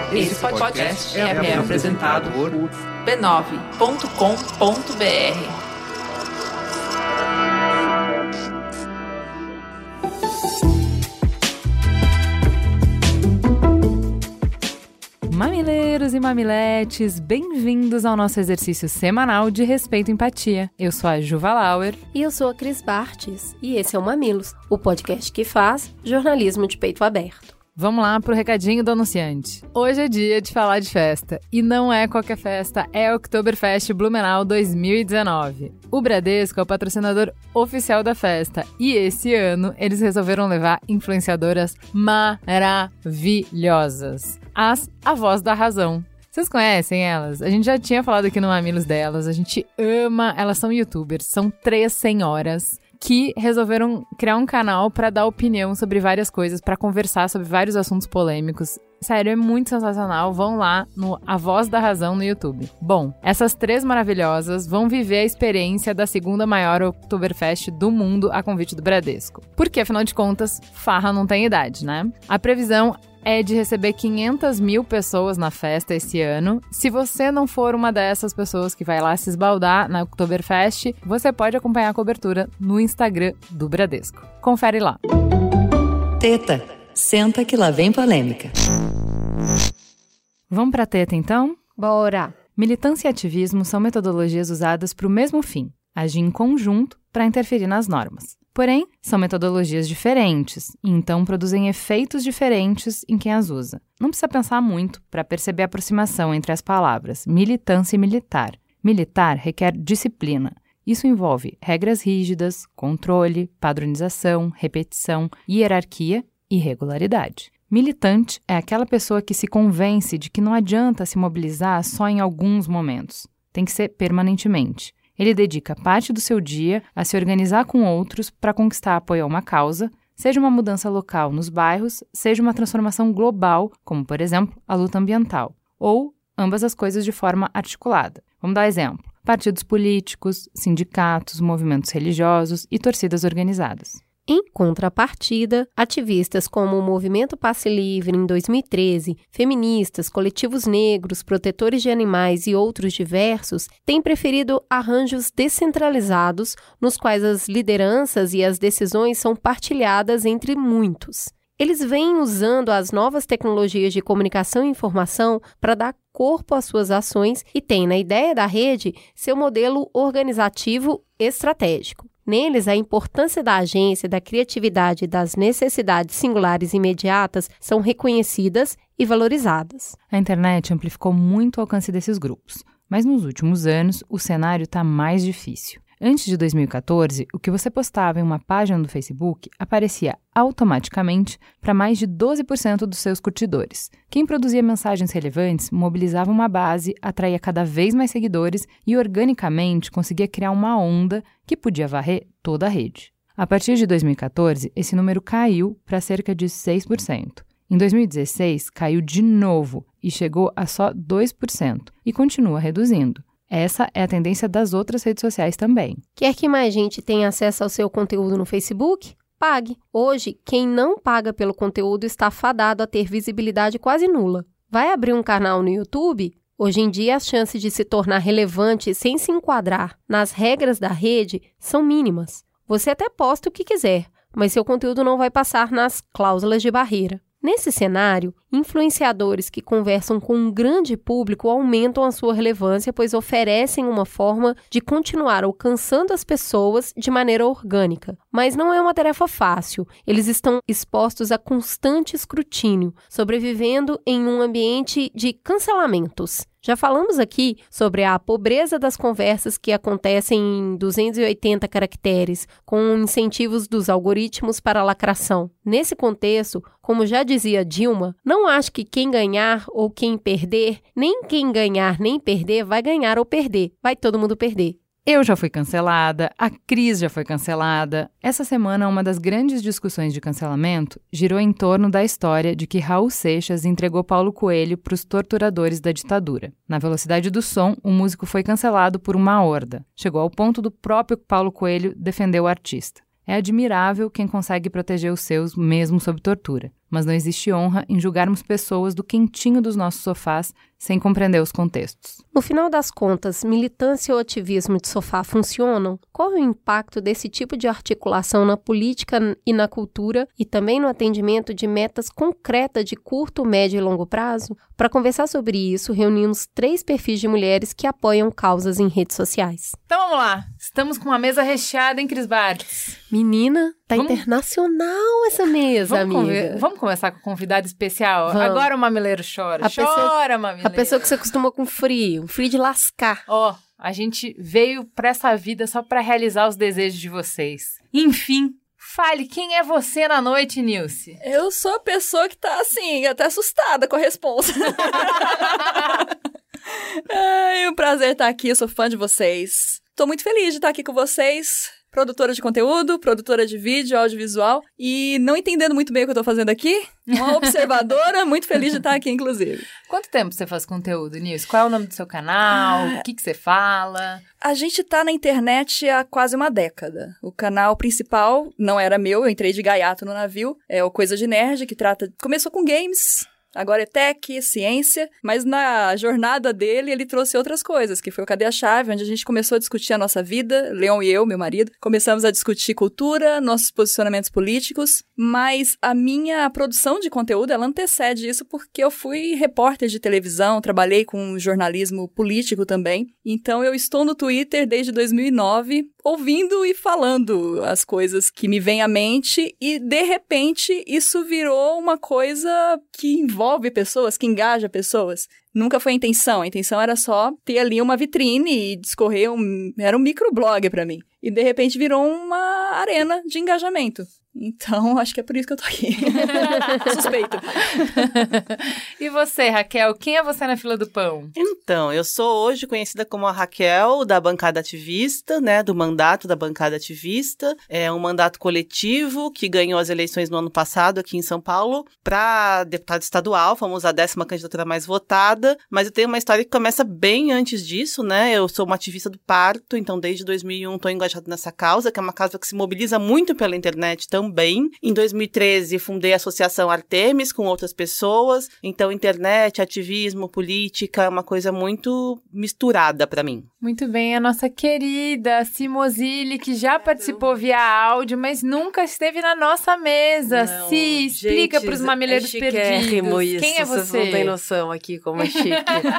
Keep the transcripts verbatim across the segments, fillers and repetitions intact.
Esse podcast é, é apresentado por b nove ponto com ponto b r. Mamileiros e mamiletes, bem-vindos ao nosso exercício semanal de respeito e empatia. Eu sou a Juva Lauer. E eu sou a Cris Bartes. E esse é o Mamilos, o podcast que faz jornalismo de peito aberto. Vamos lá pro recadinho do anunciante. Hoje é dia de falar de festa. E não é qualquer festa, é o Oktoberfest Blumenau dois mil e dezenove. O Bradesco é o patrocinador oficial da festa. E esse ano eles resolveram levar influenciadoras maravilhosas. As Avós da Razão. Vocês conhecem elas? A gente já tinha falado aqui no Mamilos delas. A gente ama. Elas são youtubers. São três senhoras que resolveram criar um canal para dar opinião sobre várias coisas, para conversar sobre vários assuntos polêmicos. Sério, é muito sensacional. Vão lá no A Voz da Razão no YouTube. Bom, essas três maravilhosas vão viver a experiência da segunda maior Oktoberfest do mundo a convite do Bradesco. Porque, afinal de contas, farra não tem idade, né? A previsão é de receber quinhentas mil pessoas na festa esse ano. Se você não for uma dessas pessoas que vai lá se esbaldar na Oktoberfest, você pode acompanhar a cobertura no Instagram do Bradesco. Confere lá. Teta, senta que lá vem polêmica. Vamos pra teta, então? Bora! Militância e ativismo são metodologias usadas para o mesmo fim, agir em conjunto para interferir nas normas. Porém, são metodologias diferentes e então produzem efeitos diferentes em quem as usa. Não precisa pensar muito para perceber a aproximação entre as palavras militância e militar. Militar requer disciplina. Isso envolve regras rígidas, controle, padronização, repetição, hierarquia e regularidade. Militante é aquela pessoa que se convence de que não adianta se mobilizar só em alguns momentos. Tem que ser permanentemente. Ele dedica parte do seu dia a se organizar com outros para conquistar apoio a uma causa, seja uma mudança local nos bairros, seja uma transformação global, como, por exemplo, a luta ambiental, ou ambas as coisas de forma articulada. Vamos dar exemplo: partidos políticos, sindicatos, movimentos religiosos e torcidas organizadas. Em contrapartida, ativistas como o Movimento Passe Livre em dois mil e treze, feministas, coletivos negros, protetores de animais e outros diversos têm preferido arranjos descentralizados nos quais as lideranças e as decisões são partilhadas entre muitos. Eles vêm usando as novas tecnologias de comunicação e informação para dar corpo às suas ações e têm, na ideia da rede, seu modelo organizativo estratégico. Neles, a importância da agência, da criatividade e das necessidades singulares e imediatas são reconhecidas e valorizadas. A internet amplificou muito o alcance desses grupos, mas nos últimos anos o cenário está mais difícil. Antes de dois mil e catorze, o que você postava em uma página do Facebook aparecia automaticamente para mais de doze por cento dos seus curtidores. Quem produzia mensagens relevantes mobilizava uma base, atraía cada vez mais seguidores e organicamente conseguia criar uma onda que podia varrer toda a rede. A partir de dois mil e catorze, esse número caiu para cerca de seis por cento. Em dois mil e dezesseis, caiu de novo e chegou a só dois por cento e continua reduzindo. Essa é a tendência das outras redes sociais também. Quer que mais gente tenha acesso ao seu conteúdo no Facebook? Pague. Hoje, quem não paga pelo conteúdo está fadado a ter visibilidade quase nula. Vai abrir um canal no YouTube? Hoje em dia, as chances de se tornar relevante sem se enquadrar nas regras da rede são mínimas. Você até posta o que quiser, mas seu conteúdo não vai passar nas cláusulas de barreira. Nesse cenário, influenciadores que conversam com um grande público aumentam a sua relevância, pois oferecem uma forma de continuar alcançando as pessoas de maneira orgânica. Mas não é uma tarefa fácil. Eles estão expostos a constante escrutínio, sobrevivendo em um ambiente de cancelamentos. Já falamos aqui sobre a pobreza das conversas que acontecem em duzentos e oitenta caracteres, com incentivos dos algoritmos para a lacração. Nesse contexto, como já dizia Dilma, não acho que quem ganhar ou quem perder, nem quem ganhar nem perder vai ganhar ou perder, vai todo mundo perder. Eu já fui cancelada, a Cris já foi cancelada. Essa semana, uma das grandes discussões de cancelamento girou em torno da história de que Raul Seixas entregou Paulo Coelho para os torturadores da ditadura. Na velocidade do som, o músico foi cancelado por uma horda. Chegou ao ponto do próprio Paulo Coelho defender o artista. É admirável quem consegue proteger os seus mesmo sob tortura, mas não existe honra em julgarmos pessoas do quentinho dos nossos sofás sem compreender os contextos. No final das contas, militância ou ativismo de sofá funcionam? Qual é o impacto desse tipo de articulação na política e na cultura e também no atendimento de metas concretas de curto, médio e longo prazo? Para conversar sobre isso, reunimos três perfis de mulheres que apoiam causas em redes sociais. Então vamos lá, estamos com uma mesa recheada, hein, Cris Bartz? Menina, tá Vamos... internacional essa mesa, vamos amiga. Conver... Vamos começar com convidado especial? Vamos. Agora o mamileiro chora. A chora, pessoa... mamileiro. A pessoa que se acostuma com frio, frio de lascar. Ó, oh, a gente veio pra essa vida só pra realizar os desejos de vocês. Enfim, fale, quem é você na noite, Nilce? Eu sou a pessoa que tá, assim, até assustada com a resposta. É um prazer estar aqui, eu sou fã de vocês. Tô muito feliz de estar aqui com vocês. Produtora de conteúdo, produtora de vídeo, audiovisual. E não entendendo muito bem o que eu tô fazendo aqui. Uma observadora, muito feliz de estar aqui, inclusive. Quanto tempo você faz conteúdo, Nilce? Qual é o nome do seu canal? Ah, o que que você fala? A gente tá na internet há quase uma década. O canal principal não era meu, eu entrei de gaiato no navio. É o Coisa de Nerd, que trata... Começou com games... Agora é tech, ciência, mas na jornada dele ele trouxe outras coisas, que foi o Cadê a Chave, onde a gente começou a discutir a nossa vida, Leon e eu, meu marido, começamos a discutir cultura, nossos posicionamentos políticos, mas a minha produção de conteúdo, ela antecede isso porque eu fui repórter de televisão, trabalhei com jornalismo político também, então eu estou no Twitter desde dois mil e nove, ouvindo e falando as coisas que me vêm à mente e, de repente, isso virou uma coisa que envolve pessoas, que engaja pessoas. Nunca foi a intenção, a intenção era só ter ali uma vitrine e discorrer, um, era um microblog pra mim. E, de repente, virou uma arena de engajamento. Então, acho que é por isso que eu tô aqui. Suspeito. E você, Raquel? Quem é você na fila do pão? Então, eu sou hoje conhecida como a Raquel da bancada ativista, né? Do mandato da bancada ativista. É um mandato coletivo que ganhou as eleições no ano passado aqui em São Paulo para deputado estadual. Fomos a décima candidatura mais votada. Mas eu tenho uma história que começa bem antes disso, né? Eu sou uma ativista do parto, então desde dois mil e um tô engajada nessa causa, que é uma causa que se mobiliza muito pela internet também. Também. Em dois mil e treze, fundei a Associação Artemis com outras pessoas. Então, internet, ativismo, política, é uma coisa muito misturada para mim. Muito bem, a nossa querida Simozile, que já participou via áudio, mas nunca esteve na nossa mesa. Não, Si, explica para os mamileiros é perdidos. Isso, quem é você? Vocês não têm noção aqui como é chique.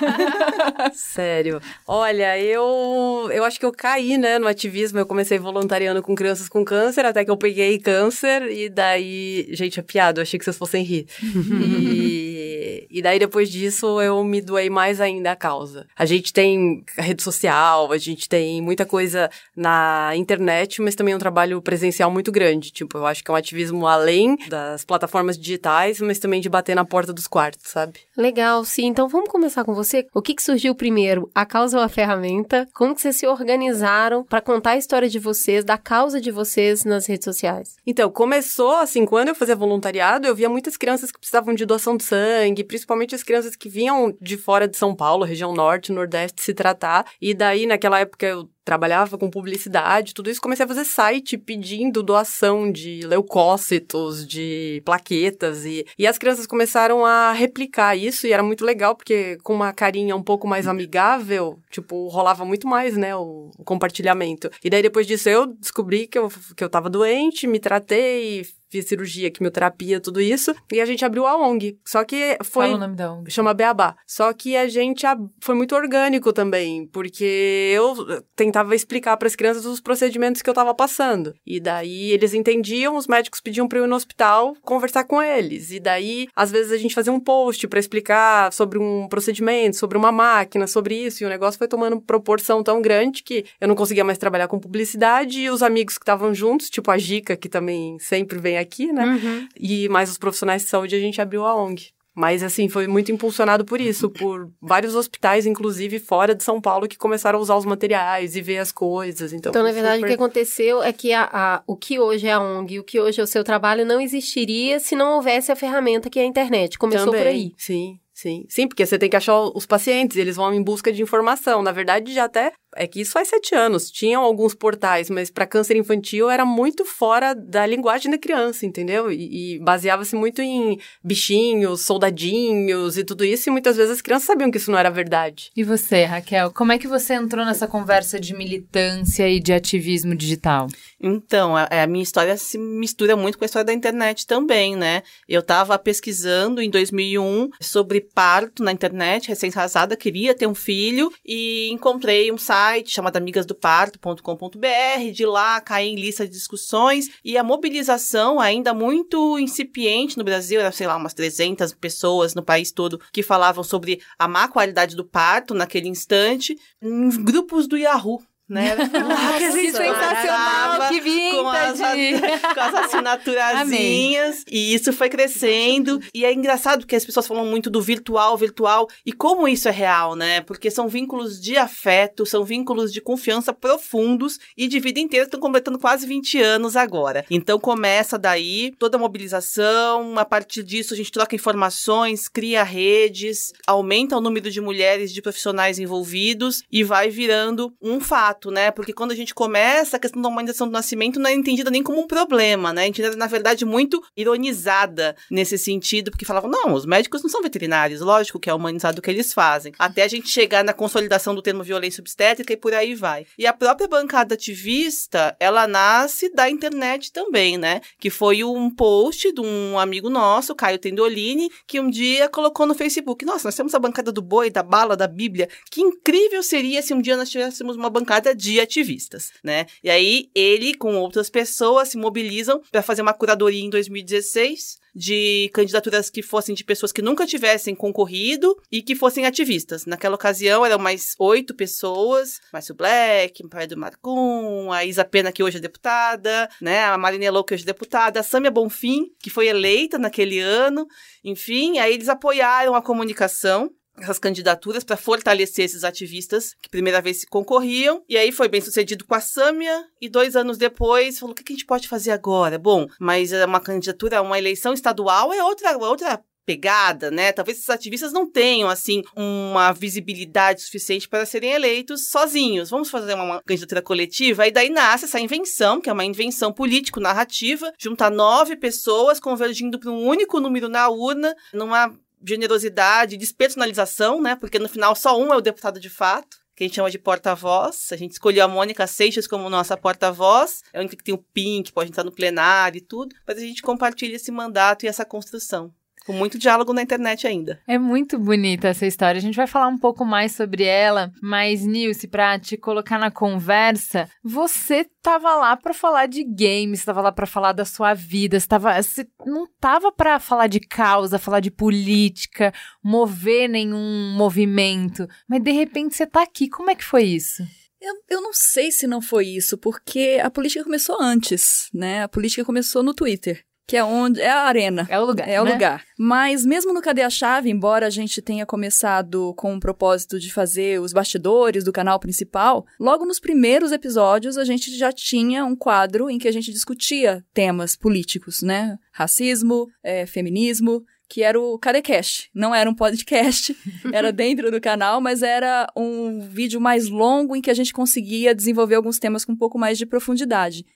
Sério. Olha, eu, eu acho que eu caí, né, no ativismo. Eu comecei voluntariando com crianças com câncer, até que eu peguei câncer. E daí, gente, é piada, eu achei que vocês fossem rir. e, e daí, depois disso, eu me doei mais ainda à causa. A gente tem rede social, a gente tem muita coisa na internet, mas também um trabalho presencial muito grande. Tipo, eu acho que é um ativismo além das plataformas digitais, mas também de bater na porta dos quartos, sabe? Legal, sim. Então, vamos começar com você. O que, que surgiu primeiro? A causa ou a ferramenta? Como que vocês se organizaram para contar a história de vocês, da causa de vocês nas redes sociais? Então, começou, assim, quando eu fazia voluntariado, eu via muitas crianças que precisavam de doação de sangue, principalmente as crianças que vinham de fora de São Paulo, região norte, nordeste, se tratar. E daí, naquela época, eu trabalhava com publicidade, tudo isso, comecei a fazer site pedindo doação de leucócitos, de plaquetas, e, e as crianças começaram a replicar isso, e era muito legal, porque com uma carinha um pouco mais amigável, tipo, rolava muito mais, né, o, o compartilhamento. E daí, depois disso, eu descobri que eu, que eu tava doente, me tratei, fiz cirurgia, quimioterapia, tudo isso, e a gente abriu a O N G. Só que foi... Fala o nome da O N G. Chama Beabá. Só que a gente ab... foi muito orgânico também, porque eu tentava explicar para as crianças os procedimentos que eu tava passando. E daí eles entendiam, os médicos pediam para eu ir no hospital conversar com eles. E daí, às vezes, a gente fazia um post para explicar sobre um procedimento, sobre uma máquina, sobre isso, e o negócio foi tomando proporção tão grande que eu não conseguia mais trabalhar com publicidade, e os amigos que estavam juntos, tipo a Gica, que também sempre vem aqui, né? Uhum. E mais os profissionais de saúde, a gente abriu a O N G. Mas, assim, foi muito impulsionado por isso, por vários hospitais, inclusive fora de São Paulo, que começaram a usar os materiais e ver as coisas. Então, então na verdade, super... o que aconteceu é que a, a, o que hoje é a O N G, o que hoje é o seu trabalho, não existiria se não houvesse a ferramenta que é a internet. Começou Também, por aí. Sim. Sim, sim, porque você tem que achar os pacientes, eles vão em busca de informação. Na verdade, já até É que isso faz sete anos. Tinham alguns portais, mas para câncer infantil era muito fora da linguagem da criança, entendeu? E, e baseava-se muito em bichinhos, soldadinhos e tudo isso, e muitas vezes as crianças sabiam que isso não era verdade. E você, Raquel, como é que você entrou nessa conversa de militância e de ativismo digital? Então, a, a minha história se mistura muito com a história da internet também, né? Eu estava pesquisando em dois mil e um sobre parto na internet, recém-casada, queria ter um filho e encontrei um site chamado amigas do parto ponto com ponto b r. De lá caí em lista de discussões e a mobilização ainda muito incipiente no Brasil, era, sei lá, umas trezentas pessoas no país todo que falavam sobre a má qualidade do parto naquele instante, em grupos do Yahoo. Né? Nossa, que sensacional, que vintage! Com as, com as assinaturazinhas. E isso foi crescendo. E é engraçado que as pessoas falam muito do virtual, virtual. E como isso é real, né? Porque são vínculos de afeto, são vínculos de confiança profundos e de vida inteira. Estão completando quase vinte anos agora. Então começa daí toda a mobilização. A partir disso a gente troca informações, cria redes, aumenta o número de mulheres, de profissionais envolvidos e vai virando um fato. Né? Porque quando a gente começa, a questão da humanização do nascimento não é entendida nem como um problema, né? A gente era, na verdade, muito ironizada nesse sentido, porque falavam, não, os médicos não são veterinários, lógico que é humanizado o que eles fazem. Até a gente chegar na consolidação do termo violência obstétrica e por aí vai. E a própria bancada ativista, ela nasce da internet também, né? Que foi um post de um amigo nosso, Caio Tendolini, que um dia colocou no Facebook, nossa, nós temos a bancada do boi, da bala, da Bíblia, que incrível seria se um dia nós tivéssemos uma bancada de ativistas, né? E aí, ele, com outras pessoas, se mobilizam para fazer uma curadoria em dois mil e dezesseis de candidaturas que fossem de pessoas que nunca tivessem concorrido e que fossem ativistas. Naquela ocasião, eram mais oito pessoas, Márcio Black, Pai do Marcum, a Isa Pena, que hoje é deputada, né? A Marina Elô, que hoje é deputada, a Sâmia Bonfim, que foi eleita naquele ano. Enfim, aí eles apoiaram a comunicação, essas candidaturas para fortalecer esses ativistas que primeira vez se concorriam, e aí foi bem sucedido com a Sâmia, e dois anos depois falou, o que a gente pode fazer agora? Bom, mas uma candidatura, uma eleição estadual é outra, outra pegada, né? Talvez esses ativistas não tenham, assim, uma visibilidade suficiente para serem eleitos sozinhos. Vamos fazer uma, uma candidatura coletiva? E daí nasce essa invenção, que é uma invenção político-narrativa, juntar nove pessoas convergindo para um único número na urna, numa generosidade, despersonalização, né? Porque no final só um é o deputado de fato, que a gente chama de porta-voz. A gente escolheu a Mônica Seixas como nossa porta-voz, é a única que tem o P I N, que pode entrar no plenário e tudo, mas a gente compartilha esse mandato e essa construção. Com muito diálogo na internet ainda. É muito bonita essa história. A gente vai falar um pouco mais sobre ela, mas, Nilce, pra te colocar na conversa, você tava lá pra falar de games, tava lá pra falar da sua vida, você, tava, você não tava pra falar de causa, falar de política, mover nenhum movimento, mas de repente você tá aqui. Como é que foi isso? Eu, eu não sei se não foi isso, porque a política começou antes, né? A política começou no Twitter. Que é onde é a arena. É o lugar, É o né? lugar. Mas mesmo no Cadê a Chave, embora a gente tenha começado com o propósito de fazer os bastidores do canal principal, logo nos primeiros episódios a gente já tinha um quadro em que a gente discutia temas políticos, né? Racismo, é, feminismo, que era o CadeCast. Não era um podcast, era dentro do canal, mas era um vídeo mais longo em que a gente conseguia desenvolver alguns temas com um pouco mais de profundidade.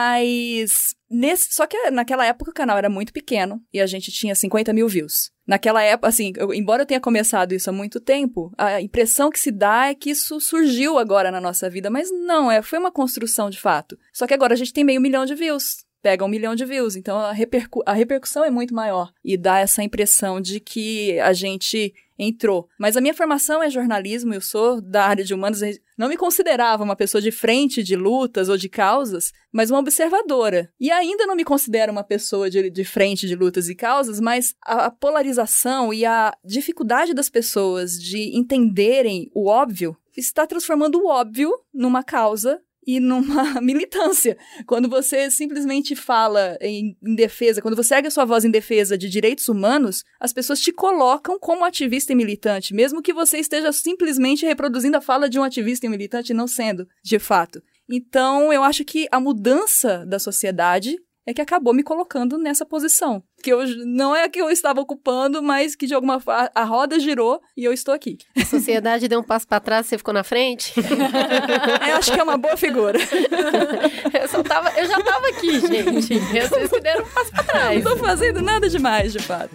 Mas nesse, só que naquela época o canal era muito pequeno e a gente tinha cinquenta mil views. Naquela época, assim, eu, embora eu tenha começado isso há muito tempo, a impressão que se dá é que isso surgiu agora na nossa vida, mas não, é, foi uma construção de fato. Só que agora a gente tem meio milhão de views. Pega um milhão de views, então a, repercu- a repercussão é muito maior e dá essa impressão de que a gente entrou. Mas a minha formação é jornalismo, eu sou da área de humanos, não me considerava uma pessoa de frente de lutas ou de causas, mas uma observadora. E ainda não me considero uma pessoa de, de frente de lutas e causas, mas a, a polarização e a dificuldade das pessoas de entenderem o óbvio está transformando o óbvio numa causa e numa militância. Quando você simplesmente fala em, em defesa, quando você ergue a sua voz em defesa de direitos humanos, as pessoas te colocam como ativista e militante, mesmo que você esteja simplesmente reproduzindo a fala de um ativista e militante, não sendo, de fato. Então, eu acho que a mudança da sociedade é que acabou me colocando nessa posição. Que eu, não é que eu estava ocupando, mas que de alguma forma a roda girou e eu estou aqui. A sociedade deu um passo para trás e você ficou na frente? Eu acho que é uma boa figura. eu, só tava, eu já estava aqui, gente. E vocês que deram um passo para trás. Não estou fazendo nada demais, de fato.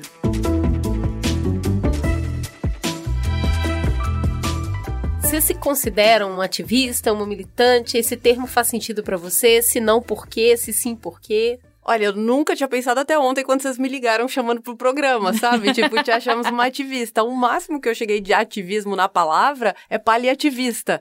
Você se considera um ativista, uma militante? Esse termo faz sentido para você? Se não, por quê? Se sim, por quê? Olha, eu nunca tinha pensado até ontem quando vocês me ligaram chamando pro programa, sabe? Tipo, te achamos uma ativista. O máximo que eu cheguei de ativismo na palavra é paliativista.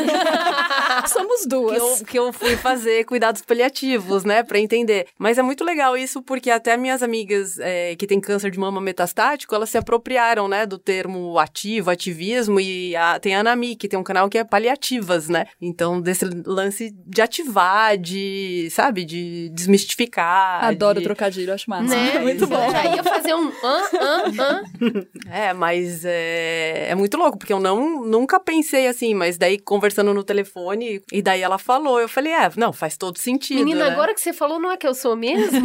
Somos duas. Que eu, que eu fui fazer cuidados paliativos, né? Pra entender. Mas é muito legal isso porque até minhas amigas é, que têm câncer de mama metastático, elas se apropriaram, né? Do termo ativo, ativismo. E a, tem a Anami, que tem um canal que é paliativas, né? Então, desse lance de ativar, de, sabe? De desmistificar. Adoro de... trocadilho, acho massa. Né? Muito bom. Já ia fazer um an, an, an. É, mas é, é muito louco, porque eu não, nunca pensei assim, mas daí conversando no telefone, e daí ela falou, eu falei, é, não, faz todo sentido, Menina, né? agora que você falou, não é que eu sou mesmo?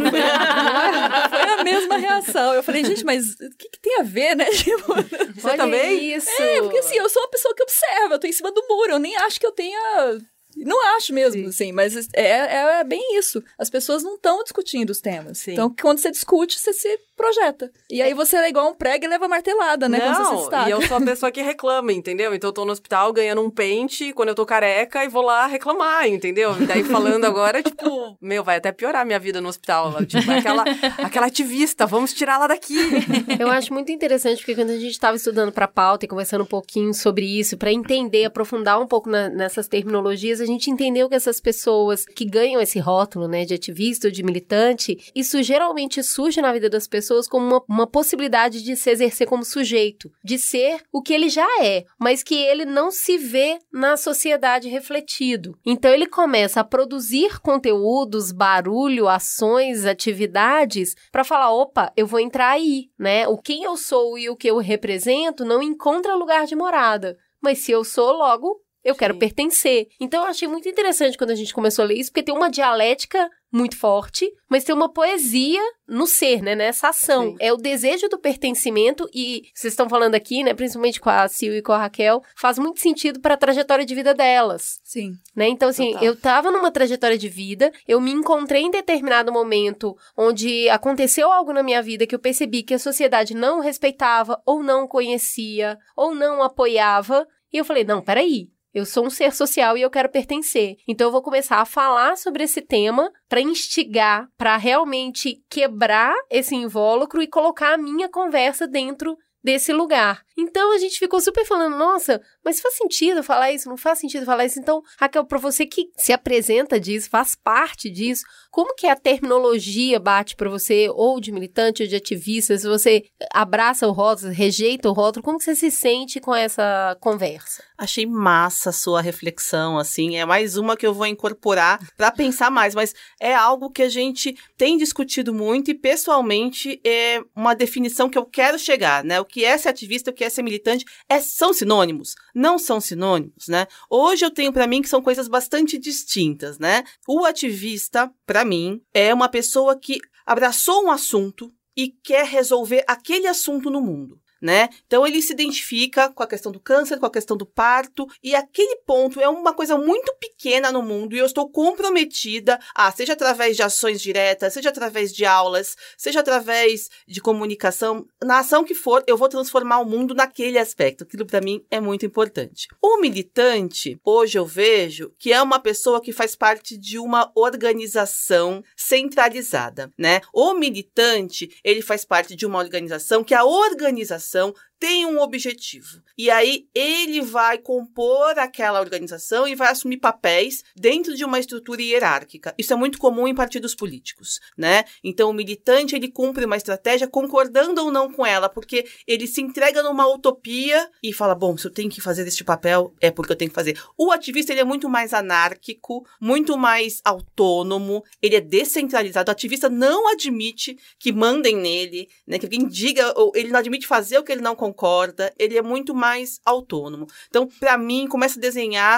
Foi a mesma reação. Eu falei, gente, mas o que, que tem a ver, né? Tipo, Você Olha também? isso. é, porque assim, eu sou uma pessoa que observa, eu tô em cima do muro, eu nem acho que eu tenha... Não acho mesmo, assim, mas é, é, é bem isso. As pessoas não estão discutindo os temas. Sim. Então, quando você discute, você se projeta. E aí você é igual um prego e leva martelada, né? Quando você se Não, destaca. e eu sou a pessoa que reclama, entendeu? Então eu tô no hospital ganhando um pente quando eu tô careca e vou lá reclamar, entendeu? E daí falando agora, tipo, meu, vai até piorar a minha vida no hospital. Tipo, aquela, aquela ativista, vamos tirar ela daqui. Eu acho muito interessante, porque quando a gente estava estudando para pauta e conversando um pouquinho sobre isso, para entender, aprofundar um pouco na, nessas terminologias, a gente entendeu que essas pessoas que ganham esse rótulo, né, de ativista ou de militante, isso geralmente surge na vida das pessoas como uma, uma possibilidade de se exercer como sujeito, de ser o que ele já é, mas que ele não se vê na sociedade refletido. Então ele começa a produzir conteúdos, barulho, ações, atividades, para falar, opa, eu vou entrar aí, né? O quem eu sou e o que eu represento não encontra lugar de morada. Mas se eu sou, logo, eu quero Sim. pertencer. Então, eu achei muito interessante quando a gente começou a ler isso, porque tem uma dialética muito forte, mas tem uma poesia no ser, né, nessa ação. Sim. É o desejo do pertencimento e vocês estão falando aqui, né, principalmente com a Sil e com a Raquel, faz muito sentido para a trajetória de vida delas. Sim. Né? Então, assim, Total. eu tava numa trajetória de vida, eu me encontrei em determinado momento onde aconteceu algo na minha vida que eu percebi que a sociedade não respeitava, ou não conhecia, ou não apoiava, e eu falei, não, peraí. Eu sou um ser social e eu quero pertencer. Então, eu vou começar a falar sobre esse tema para instigar, para realmente quebrar esse invólucro e colocar a minha conversa dentro desse lugar. Então, a gente ficou super falando, nossa, mas faz sentido falar isso? Não faz sentido falar isso? Então, Raquel, para você que se apresenta disso, faz parte disso, como que a terminologia bate para você, ou de militante, ou de ativista, se você abraça o rótulo, rejeita o rótulo, como que você se sente com essa conversa? Achei massa a sua reflexão, assim, é mais uma que eu vou incorporar para pensar mais, mas é algo que a gente tem discutido muito e, pessoalmente, é uma definição que eu quero chegar, né? O que é ser ativista, o que é ser militante, é, são sinônimos? Não são sinônimos, né? Hoje eu tenho para mim que são coisas bastante distintas, né? O ativista, para mim, é uma pessoa que abraçou um assunto e quer resolver aquele assunto no mundo, né? Então, ele se identifica com a questão do câncer, com a questão do parto, e aquele ponto é uma coisa muito pequena no mundo, e eu estou comprometida, a, seja através de ações diretas, seja através de aulas, seja através de comunicação, na ação que for, eu vou transformar o mundo naquele aspecto. Aquilo, para mim, é muito importante. O militante, hoje eu vejo que é uma pessoa que faz parte de uma organização centralizada, né? O militante, ele faz parte de uma organização que a organização tem um objetivo. E aí, ele vai compor aquela organização e vai assumir papéis dentro de uma estrutura hierárquica. Isso é muito comum em partidos políticos, né? Então, o militante, ele cumpre uma estratégia concordando ou não com ela, porque ele se entrega numa utopia e fala, bom, se eu tenho que fazer este papel, é porque eu tenho que fazer. O ativista, ele é muito mais anárquico, muito mais autônomo, ele é descentralizado. O ativista não admite que mandem nele, né? Que alguém diga, ou ele não admite fazer o que ele não concorda, ele é muito mais autônomo. Então, para mim, começa a desenhar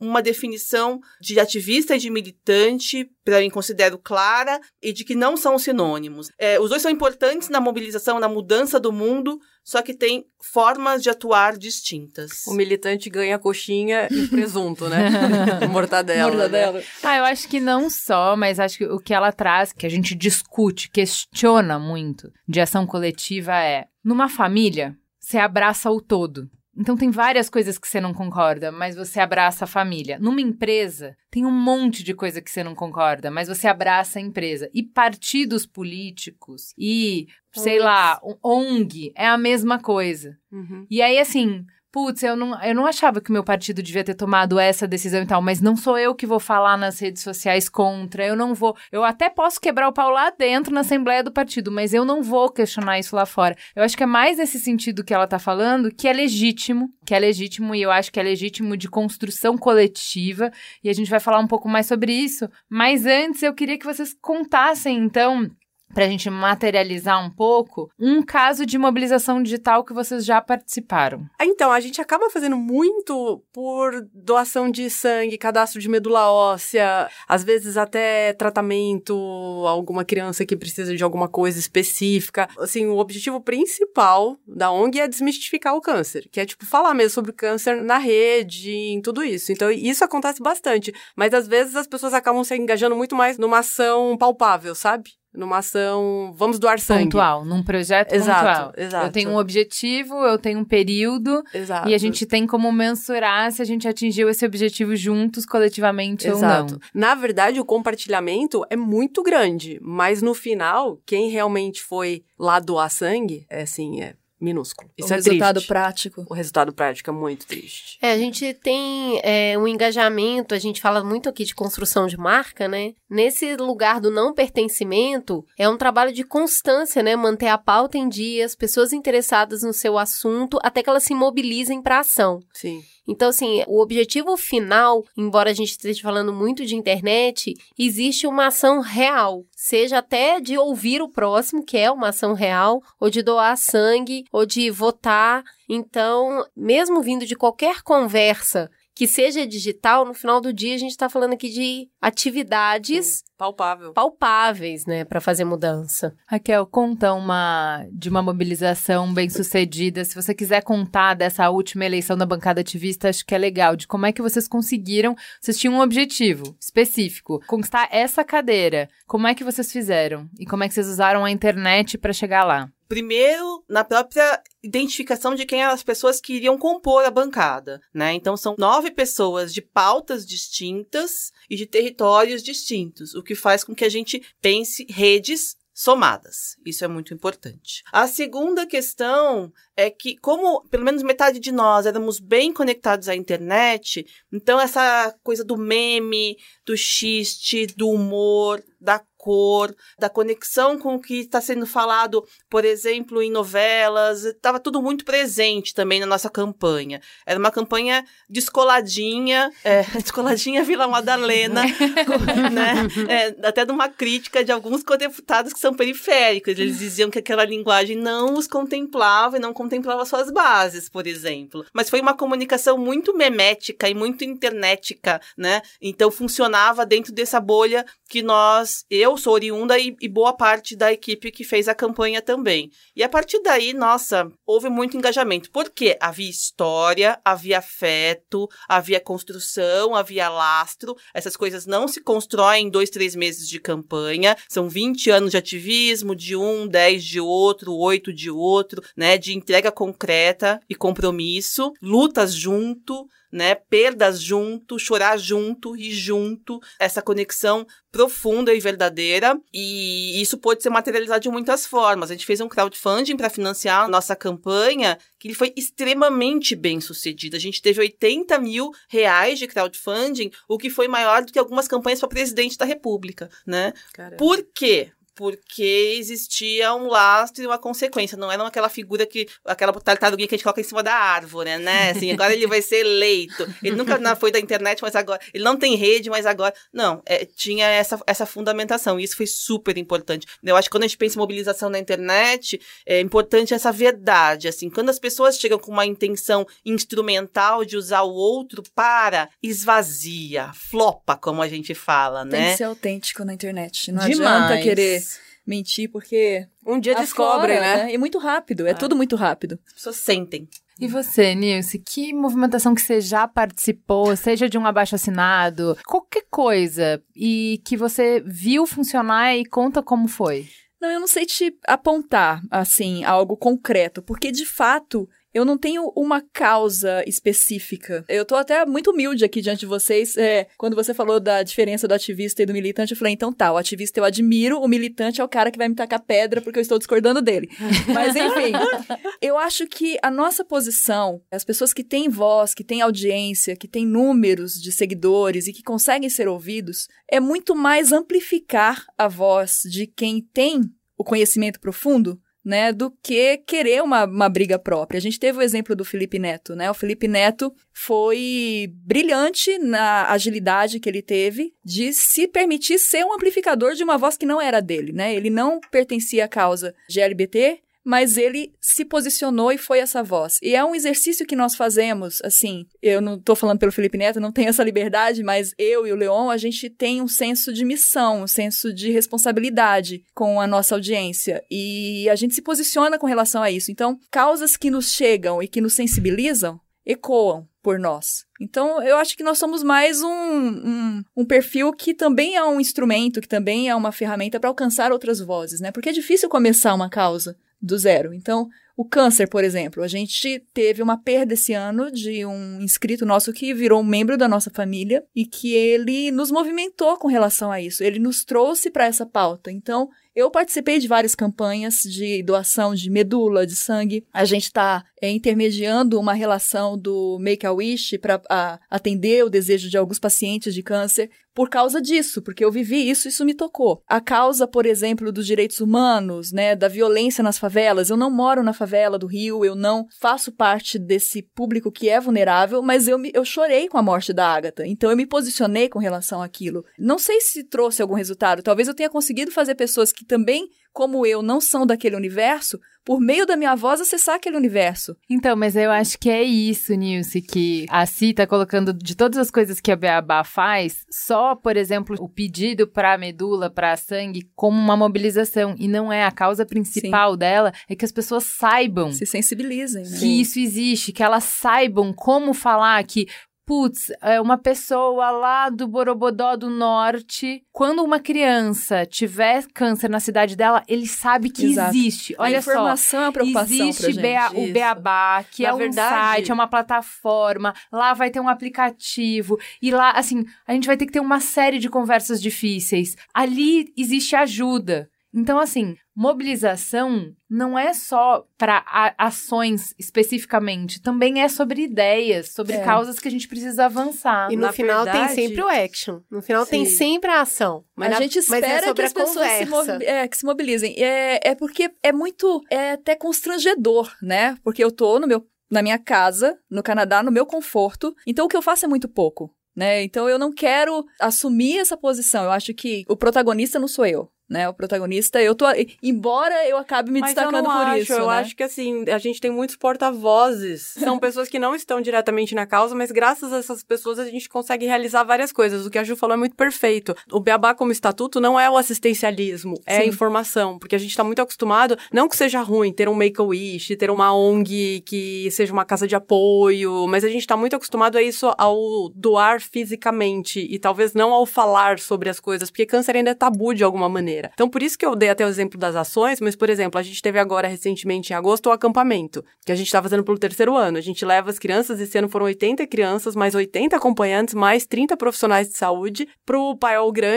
uma definição de ativista e de militante, para mim, considero clara, e de que não são sinônimos. É, os dois são importantes na mobilização, na mudança do mundo, só que tem formas de atuar distintas. O militante ganha coxinha e presunto, né? Mortadela. Mortadela. Né? Ah, eu acho que não só, mas acho que o que ela traz, que a gente discute, questiona muito de ação coletiva é, numa família, você abraça o todo. Então, tem várias coisas que você não concorda, mas você abraça a família. Numa empresa, tem um monte de coisa que você não concorda, mas você abraça a empresa. E partidos políticos e, sei lá, O N G é a mesma coisa. Uhum. E aí, assim... Putz, eu não, eu não achava que o meu partido devia ter tomado essa decisão e tal, mas não sou eu que vou falar nas redes sociais contra, eu não vou... Eu até posso quebrar o pau lá dentro na Assembleia do Partido, mas eu não vou questionar isso lá fora. Eu acho que é mais nesse sentido que ela tá falando, que é legítimo, que é legítimo, e eu acho que é legítimo de construção coletiva, e a gente vai falar um pouco mais sobre isso, mas antes eu queria que vocês contassem, então... Pra gente materializar um pouco, um caso de mobilização digital que vocês já participaram. Então, a gente acaba fazendo muito por doação de sangue, cadastro de medula óssea, às vezes até tratamento, alguma criança que precisa de alguma coisa específica. Assim, o objetivo principal da O N G é desmistificar o câncer, que é, tipo, falar mesmo sobre o câncer na rede, em tudo isso. Então, isso acontece bastante, mas às vezes as pessoas acabam se engajando muito mais numa ação palpável, sabe? Numa ação, vamos doar sangue. Pontual, num projeto exato, pontual. Exato. Eu tenho um objetivo, eu tenho um período. Exato. E a gente tem como mensurar se a gente atingiu esse objetivo juntos, coletivamente exato. ou não. Na verdade, o compartilhamento é muito grande, mas no final, quem realmente foi lá doar sangue, é assim, é minúsculo. Isso o é resultado triste. prático. O resultado prático é muito triste. É, a gente tem é, um engajamento, a gente fala muito aqui de construção de marca, né? Nesse lugar do não pertencimento, é um trabalho de constância, né? Manter a pauta em dia, as pessoas interessadas no seu assunto, até que elas se mobilizem para ação. Sim. Então, assim, o objetivo final, embora a gente esteja falando muito de internet, existe uma ação real. Seja até de ouvir o próximo, que é uma ação real, ou de doar sangue, ou de votar. Então, mesmo vindo de qualquer conversa que seja digital, no final do dia a gente está falando aqui de atividades... Sim. Palpável. palpáveis, né, para fazer mudança. Raquel, conta uma de uma mobilização bem sucedida. Se você quiser contar dessa última eleição da bancada ativista, acho que é legal, de como é que vocês conseguiram, vocês tinham um objetivo específico, conquistar essa cadeira. Como é que vocês fizeram? E como é que vocês usaram a internet para chegar lá? Primeiro, na própria identificação de quem eram as pessoas que iriam compor a bancada, né? Então, são nove pessoas de pautas distintas e de territórios distintos, o que faz com que a gente pense redes somadas. Isso é muito importante. A segunda questão é que, como pelo menos metade de nós éramos bem conectados à internet, então essa coisa do meme, do xiste, do humor, da cor, da conexão com o que está sendo falado, por exemplo, em novelas, estava tudo muito presente também na nossa campanha. Era uma campanha descoladinha, é, descoladinha Vila Madalena, né? É, até de uma crítica de alguns deputados que são periféricos. Eles diziam que aquela linguagem não os contemplava e não contemplava suas bases, por exemplo. Mas foi uma comunicação muito memética e muito internetica, né? Então funcionava dentro dessa bolha que nós, eu sou oriunda e, e boa parte da equipe que fez a campanha também. E a partir daí, nossa, houve muito engajamento. Porque havia história, havia afeto, havia construção, havia lastro. Essas coisas não se constroem em dois, três meses de campanha. São vinte anos de ativismo, de um, dez de outro, oito de outro, né? De entrega concreta e compromisso, lutas junto, né, perdas junto, chorar junto e junto, essa conexão profunda e verdadeira, e isso pode ser materializado de muitas formas. A gente fez um crowdfunding para financiar a nossa campanha, que ele foi extremamente bem sucedido. A gente teve oitenta mil reais de crowdfunding, o que foi maior do que algumas campanhas para presidente da República, né? Caramba. Por quê? porque existia um lastro e uma consequência. Não era aquela figura que, aquela tartaruguinha que a gente coloca em cima da árvore, né? Assim, agora ele vai ser eleito. Ele nunca foi da internet, mas agora... Ele não tem rede, mas agora... Não, é, tinha essa, essa fundamentação. E isso foi super importante. Eu acho que quando a gente pensa em mobilização na internet, é importante essa verdade. Assim, quando as pessoas chegam com uma intenção instrumental de usar o outro para, esvazia, flopa, como a gente fala, né? Tem que ser autêntico na internet. Não Demais. adianta querer mentir, porque... Um dia afora, descobre, né? E muito rápido, é ah. tudo muito rápido. As pessoas sentem. E você, Nilce, que movimentação que você já participou, seja de um abaixo-assinado, qualquer coisa, e que você viu funcionar e conta como foi? Não, eu não sei te apontar, assim, algo concreto, porque, de fato... Eu não tenho uma causa específica. Eu tô até muito humilde aqui diante de vocês. É, quando você falou da diferença do ativista e do militante, eu falei, então tá, o ativista eu admiro, o militante é o cara que vai me tacar pedra porque eu estou discordando dele. Mas, enfim, eu acho que a nossa posição, as pessoas que têm voz, que têm audiência, que têm números de seguidores e que conseguem ser ouvidos, é muito mais amplificar a voz de quem tem o conhecimento profundo, né, do que querer uma, uma briga própria. A gente teve o exemplo do Felipe Neto, né? O Felipe Neto foi brilhante na agilidade que ele teve de se permitir ser um amplificador de uma voz que não era dele, né? Ele não pertencia à causa L G B T, mas ele se posicionou e foi essa voz. E é um exercício que nós fazemos, assim, eu não tô falando pelo Felipe Neto, não tenho essa liberdade, mas eu e o Leon, a gente tem um senso de missão, um senso de responsabilidade com a nossa audiência. E a gente se posiciona com relação a isso. Então, causas que nos chegam e que nos sensibilizam, ecoam por nós. Então, eu acho que nós somos mais um, um, um perfil que também é um instrumento, que também é uma ferramenta para alcançar outras vozes, né? Porque é difícil começar uma causa do zero. Então, o câncer, por exemplo, a gente teve uma perda esse ano de um inscrito nosso que virou um membro da nossa família e que ele nos movimentou com relação a isso. Ele nos trouxe para essa pauta. Então, eu participei de várias campanhas de doação de medula, de sangue. A gente está é, intermediando uma relação do Make-A-Wish para atender o desejo de alguns pacientes de câncer por causa disso, porque eu vivi isso, isso me tocou. A causa, por exemplo, dos direitos humanos, né, da violência nas favelas. Eu não moro na favela do Rio, eu não faço parte desse público que é vulnerável, mas eu, me, eu chorei com a morte da Agatha. Então, eu me posicionei com relação àquilo. Não sei se trouxe algum resultado. Talvez eu tenha conseguido fazer pessoas que também, como eu, não são daquele universo, por meio da minha voz, acessar aquele universo. Então, mas eu acho que é isso, Nilce, que a Si tá colocando de todas as coisas que a Beabá faz, só, por exemplo, o pedido pra medula, pra sangue, como uma mobilização. E não é a causa principal Sim. dela, é que as pessoas saibam. Se sensibilizem, né? Que Sim. isso existe, que elas saibam como falar que... Putz, é uma pessoa lá do Borobodó do Norte, quando uma criança tiver câncer na cidade dela, ele sabe que Exato. existe. Olha a informação só, é a preocupação existe pra gente. o Beabá, que Na é um verdade, site, é uma plataforma, lá vai ter um aplicativo, e lá, assim, a gente vai ter que ter uma série de conversas difíceis. Ali existe ajuda. Então, assim, mobilização não é só para ações especificamente, também é sobre ideias, sobre é. causas que a gente precisa avançar. E no Na final verdade, tem sempre o action. No final Sim. tem sempre a ação. Mas a na, gente espera mas é sobre que as a pessoas se, conversa. movi- é, que se mobilizem. É, é porque é muito, é até constrangedor, né? Porque eu tô no meu, na minha casa, no Canadá, no meu conforto. Então, o que eu faço é muito pouco, né? Então, eu não quero assumir essa posição. Eu acho que o protagonista não sou eu. Né, o protagonista, eu tô... Embora eu acabe me Mas destacando eu não por acho, isso, eu né? acho que, assim, a gente tem muitos porta-vozes. São pessoas que não estão diretamente na causa, mas graças a essas pessoas a gente consegue realizar várias coisas. O que a Ju falou é muito perfeito. O Beabá como estatuto não é o assistencialismo, é Sim. a informação. Porque a gente tá muito acostumado, não que seja ruim ter um Make-A-Wish, ter uma O N G que seja uma casa de apoio, mas a gente tá muito acostumado a isso, ao doar fisicamente e talvez não ao falar sobre as coisas, porque câncer ainda é tabu de alguma maneira. Então, por isso que eu dei até o exemplo das ações, mas, por exemplo, a gente teve agora, recentemente, em agosto, o acampamento, que a gente tá fazendo pelo terceiro ano. A gente leva as crianças, esse ano foram oitenta crianças, mais oitenta acompanhantes, mais trinta profissionais de saúde, pro Paiol Grande,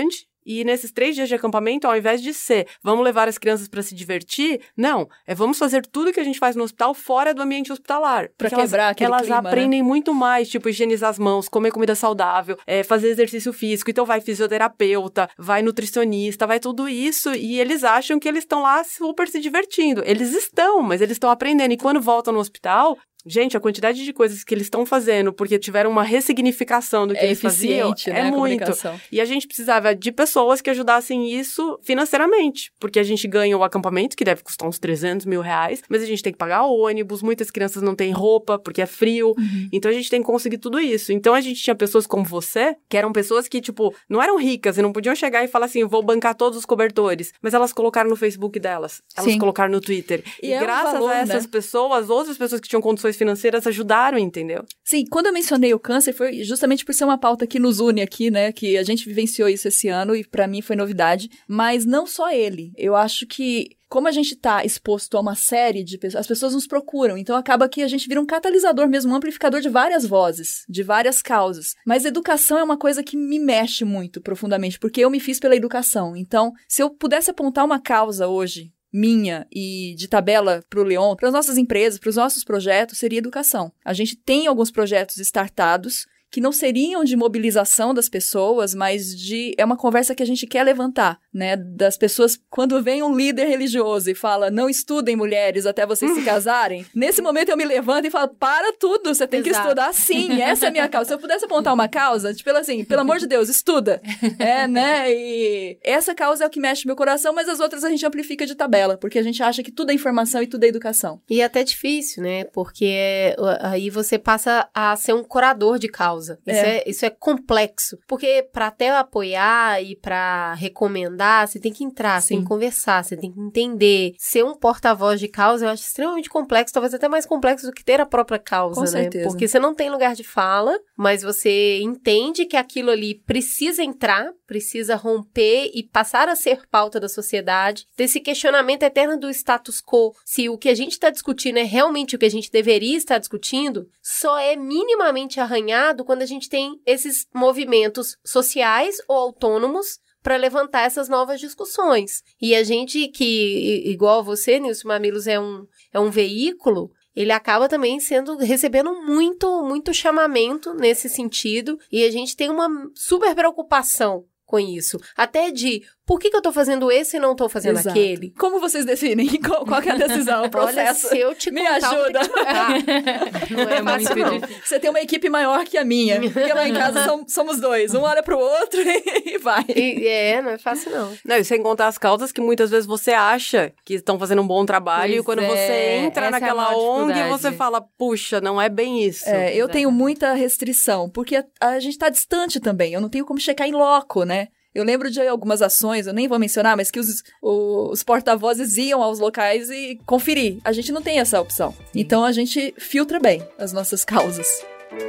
E nesses três dias de acampamento, ao invés de ser vamos levar as crianças para se divertir, não, é vamos fazer tudo que a gente faz no hospital fora do ambiente hospitalar. Pra Porque quebrar elas, aquele elas clima, aprendem né? muito mais, tipo, higienizar as mãos, comer comida saudável, é, fazer exercício físico. Então vai fisioterapeuta, vai nutricionista, vai tudo isso. E eles acham que eles estão lá super se divertindo. Eles estão, mas eles estão aprendendo. E quando voltam no hospital... Gente, a quantidade de coisas que eles estão fazendo porque tiveram uma ressignificação do que é eles faziam eficiente, né, é a muito. comunicação. E a gente precisava de pessoas que ajudassem isso financeiramente, porque a gente ganha o acampamento, que deve custar uns trezentos mil reais, mas a gente tem que pagar ônibus, muitas crianças não têm roupa porque é frio, Uhum. então a gente tem que conseguir tudo isso. Então a gente tinha pessoas como você, que eram pessoas que, tipo, não eram ricas e não podiam chegar e falar assim, vou bancar todos os cobertores, mas elas colocaram no Facebook delas, elas Sim. colocaram no Twitter. E E, é um graças valor, a essas né? pessoas, outras pessoas que tinham condições financeiras ajudaram, entendeu? Sim, quando eu mencionei o câncer, foi justamente por ser uma pauta que nos une aqui, né? Que a gente vivenciou isso esse ano e pra mim foi novidade. Mas não só ele. Eu acho que, como a gente tá exposto a uma série de pessoas, as pessoas nos procuram. Então acaba que a gente vira um catalisador mesmo, um amplificador de várias vozes, de várias causas. Mas educação é uma coisa que me mexe muito profundamente, porque eu me fiz pela educação. Então, se eu pudesse apontar uma causa hoje, minha e de tabela para o Leon, para as nossas empresas, para os nossos projetos, seria educação. A gente tem alguns projetos startados que não seriam de mobilização das pessoas, mas de é uma conversa que a gente quer levantar, né? Das pessoas, quando vem um líder religioso e fala, não estudem mulheres até vocês se casarem, nesse momento eu me levanto e falo, para tudo, você tem que Exato. estudar sim, essa é a minha causa. Se eu pudesse apontar uma causa, tipo assim, pelo amor de Deus, estuda. É, né? E essa causa é o que mexe meu coração, mas as outras a gente amplifica de tabela, porque a gente acha que tudo é informação e tudo é educação. E é até difícil, né? Porque aí você passa a ser um curador de causa. Isso é, É. isso é complexo. Porque para até apoiar e para recomendar, você tem que entrar, você Sim. tem que conversar, você tem que entender. Ser um porta-voz de causa eu acho extremamente complexo, talvez até mais complexo do que ter a própria causa, Com né? certeza. Porque você não tem lugar de fala, mas você entende que aquilo ali precisa entrar, precisa romper e passar a ser pauta da sociedade. Desse questionamento eterno do status quo, se o que a gente está discutindo é realmente o que a gente deveria estar discutindo, só é minimamente arranhado quando a gente tem esses movimentos sociais ou autônomos para levantar essas novas discussões. E a gente que, igual você, Nilson Mamilos, é um, é um veículo, ele acaba também sendo, recebendo muito, muito chamamento nesse sentido, e a gente tem uma super preocupação com isso. Até de, por que, que eu tô fazendo esse e não tô fazendo Exato. aquele? Como vocês definem? Qual, qual que é a decisão, o processo? Olha, se eu te Me contar, eu vou ter ajuda. que te contar. Não é, É muito fácil, não. difícil. Você tem uma equipe maior que a minha. Porque lá em casa som- somos dois. Um olha pro outro e vai. E- É, não é fácil, não. Não, e sem contar as causas que muitas vezes você acha que estão fazendo um bom trabalho Pois e quando é, você entra essa é a naquela maior O N G, dificuldade. você fala, puxa, não é bem isso. É, eu Exato. tenho muita restrição, porque a, a gente tá distante também. Eu não tenho como checar em loco, né? Eu lembro de algumas ações, eu nem vou mencionar, mas que os, o- os porta-vozes iam aos locais e conferir. A gente não tem essa opção. Então a gente filtra bem as nossas causas.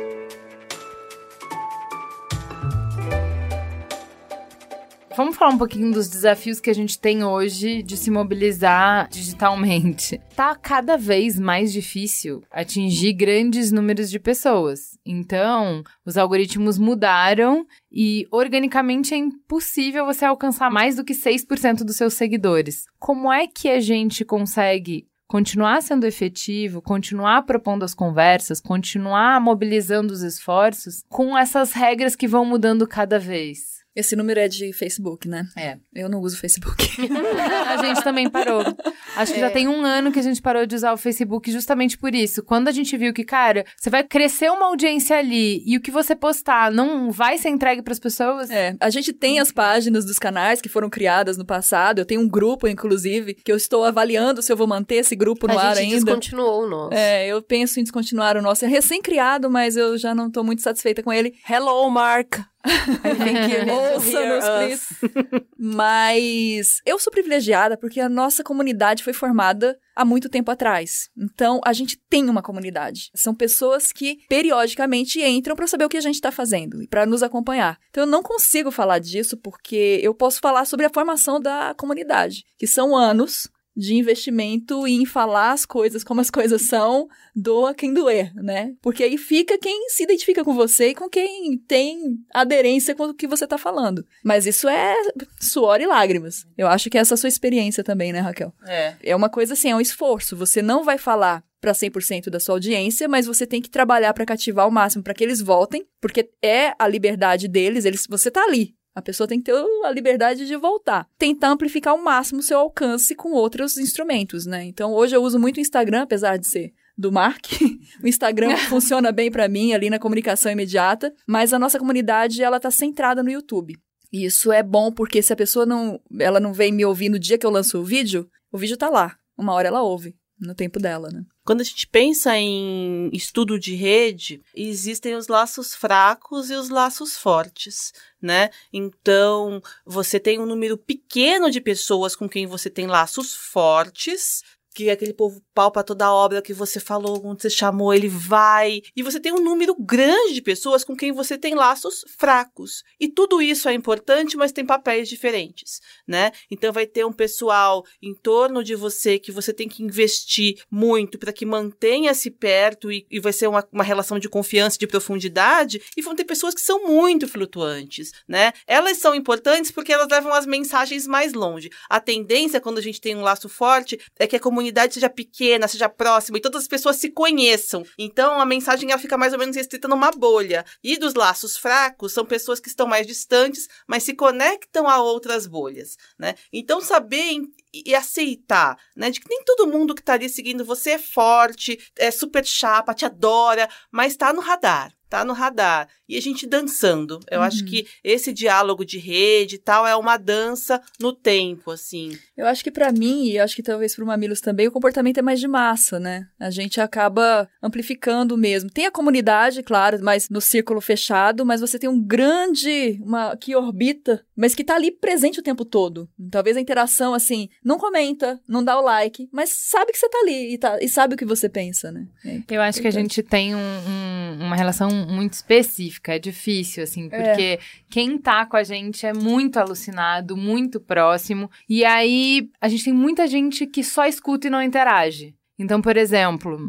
Vamos falar um pouquinho dos desafios que a gente tem hoje de se mobilizar digitalmente. Tá cada vez mais difícil atingir grandes números de pessoas. Então, os algoritmos mudaram e, organicamente, é impossível você alcançar mais do que seis por cento dos seus seguidores. Como é que a gente consegue continuar sendo efetivo, continuar propondo as conversas, continuar mobilizando os esforços com essas regras que vão mudando cada vez? Esse número é de Facebook, né? É. Eu não uso Facebook. A gente também parou. Acho que já tem um ano que a gente parou de usar o Facebook justamente por isso. Quando a gente viu que, cara, você vai crescer uma audiência ali e o que você postar não vai ser entregue para as pessoas. É, a gente tem as páginas dos canais que foram criadas no passado. Eu tenho um grupo, inclusive, que eu estou avaliando se eu vou manter esse grupo no A ar gente ainda. descontinuou o nosso. É, eu penso em descontinuar o nosso. É recém-criado, mas eu já não tô muito satisfeita com ele. Hello, Mark. I think you need to Ouça-nos, hear us. please. Mas eu sou privilegiada porque a nossa comunidade foi formada há muito tempo atrás. Então, a gente tem uma comunidade. São pessoas que, periodicamente, entram para saber o que a gente está fazendo e para nos acompanhar. Então, eu não consigo falar disso porque eu posso falar sobre a formação da comunidade, que são anos de investimento em falar as coisas como as coisas são, doa quem doer, né? Porque aí fica quem se identifica com você e com quem tem aderência com o que você tá falando. Mas isso é suor e lágrimas. Eu acho que é essa a sua experiência também, né, Raquel? É. É uma coisa assim, é um esforço. Você não vai falar para cem por cento da sua audiência, mas você tem que trabalhar para cativar o máximo para que eles voltem, porque é a liberdade deles, eles, você tá ali. A pessoa tem que ter a liberdade de voltar. Tentar amplificar ao máximo o seu alcance com outros instrumentos, né? Então, hoje eu uso muito o Instagram, apesar de ser do Mark. O Instagram funciona bem para mim, ali na comunicação imediata. Mas a nossa comunidade, ela tá centrada no YouTube. E isso é bom, porque se a pessoa não, ela não vem me ouvir no dia que eu lanço o vídeo, o vídeo tá lá. Uma hora ela ouve, no tempo dela, né? Quando a gente pensa em estudo de rede, existem os laços fracos e os laços fortes, né? Então, você tem um número pequeno de pessoas com quem você tem laços fortes, que é aquele povo pau pra toda a obra que você falou, quando você chamou, ele vai. E você tem um número grande de pessoas com quem você tem laços fracos. E tudo isso é importante, mas tem papéis diferentes, né? Então vai ter um pessoal em torno de você que você tem que investir muito para que mantenha-se perto e, e vai ser uma, uma relação de confiança, de profundidade. E vão ter pessoas que são muito flutuantes, né? Elas são importantes porque elas levam as mensagens mais longe. A tendência, quando a gente tem um laço forte, é que a comunidade seja pequena, seja próxima e todas as pessoas se conheçam. Então, a mensagem ela fica mais ou menos restrita numa bolha. E dos laços fracos são pessoas que estão mais distantes, mas se conectam a outras bolhas, né? Então, saber e aceitar, né, de que nem todo mundo que tá ali seguindo você é forte, é super chapa, te adora, mas tá no radar. Tá no radar. E a gente dançando. Eu uhum. acho que esse diálogo de rede e tal é uma dança no tempo, assim. Eu acho que pra mim, e acho que talvez pro Mamilos também, o comportamento é mais de massa, né? A gente acaba amplificando mesmo. Tem a comunidade, claro, mas no círculo fechado, mas você tem um grande, uma que orbita, mas que tá ali presente o tempo todo. Talvez a interação, assim, não comenta, não dá o like, mas sabe que você tá ali e, tá, e sabe o que você pensa, né? É Eu acho que a gente tem um, um, uma relação muito específica, é difícil, assim, porque é. quem tá com a gente é muito alucinado, muito próximo, e aí a gente tem muita gente que só escuta e não interage. Então, por exemplo,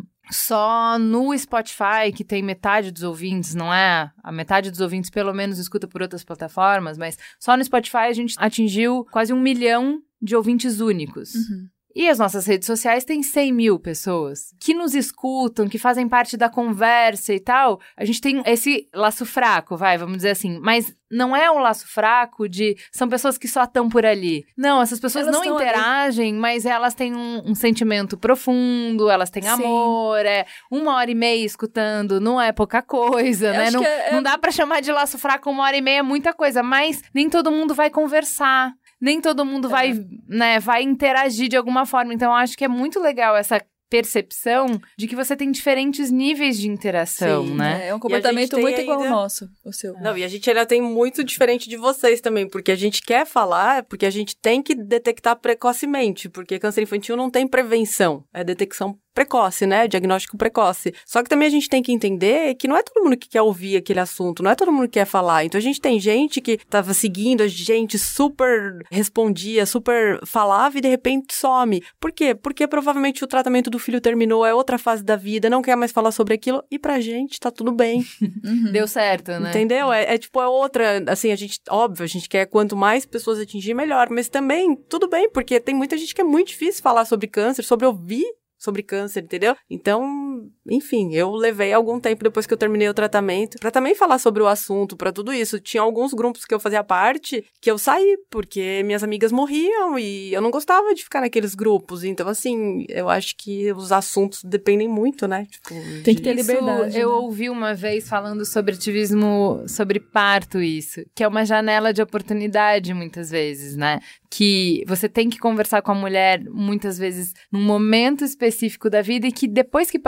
só no Spotify, que tem metade dos ouvintes, não é? A metade dos ouvintes pelo menos escuta por outras plataformas, mas só no Spotify a gente atingiu quase um milhão de ouvintes únicos. Uhum. E as nossas redes sociais têm cem mil pessoas que nos escutam, que fazem parte da conversa e tal. A gente tem esse laço fraco, vai, vamos dizer assim. Mas não é um laço fraco de... São pessoas que só estão por ali. Não, essas pessoas elas não interagem, ali. Mas elas têm um, um sentimento profundo, elas têm Sim. amor. É uma hora e meia escutando, não é pouca coisa, Eu né? Não, é, não dá pra chamar de laço fraco uma hora e meia, é muita coisa. Mas nem todo mundo vai conversar. Nem todo mundo é. vai, né, vai interagir de alguma forma. Então, eu acho que é muito legal essa percepção de que você tem diferentes níveis de interação, Sim, né? É um comportamento muito igual ainda... ao nosso, o seu. Não, e a gente ainda tem muito diferente de vocês também, porque a gente quer falar, porque a gente tem que detectar precocemente, porque câncer infantil não tem prevenção, é detecção precoce, né? Diagnóstico precoce. Só que também a gente tem que entender que não é todo mundo que quer ouvir aquele assunto, não é todo mundo que quer falar. Então a gente tem gente que tava seguindo, a gente super respondia, super falava e de repente some. Por quê? Porque provavelmente o tratamento do filho terminou, é outra fase da vida, não quer mais falar sobre aquilo e pra gente tá tudo bem. Uhum. Deu certo, né? Entendeu? É, é tipo, é outra, assim, a gente, óbvio, a gente quer quanto mais pessoas atingir, melhor. Mas também, tudo bem, porque tem muita gente que é muito difícil falar sobre câncer, sobre ouvir sobre câncer, entendeu? Então, enfim, eu levei algum tempo depois que eu terminei o tratamento pra também falar sobre o assunto, pra tudo isso. Tinha alguns grupos que eu fazia parte que eu saí, porque minhas amigas morriam e eu não gostava de ficar naqueles grupos. Então, assim, eu acho que os assuntos dependem muito, né? Tipo, tem que ter liberdade. Isso, eu né? ouvi uma vez falando sobre ativismo, sobre parto isso, que é uma janela de oportunidade muitas vezes, né? Que você tem que conversar com a mulher muitas vezes num momento específico da vida e que depois que passou esse momento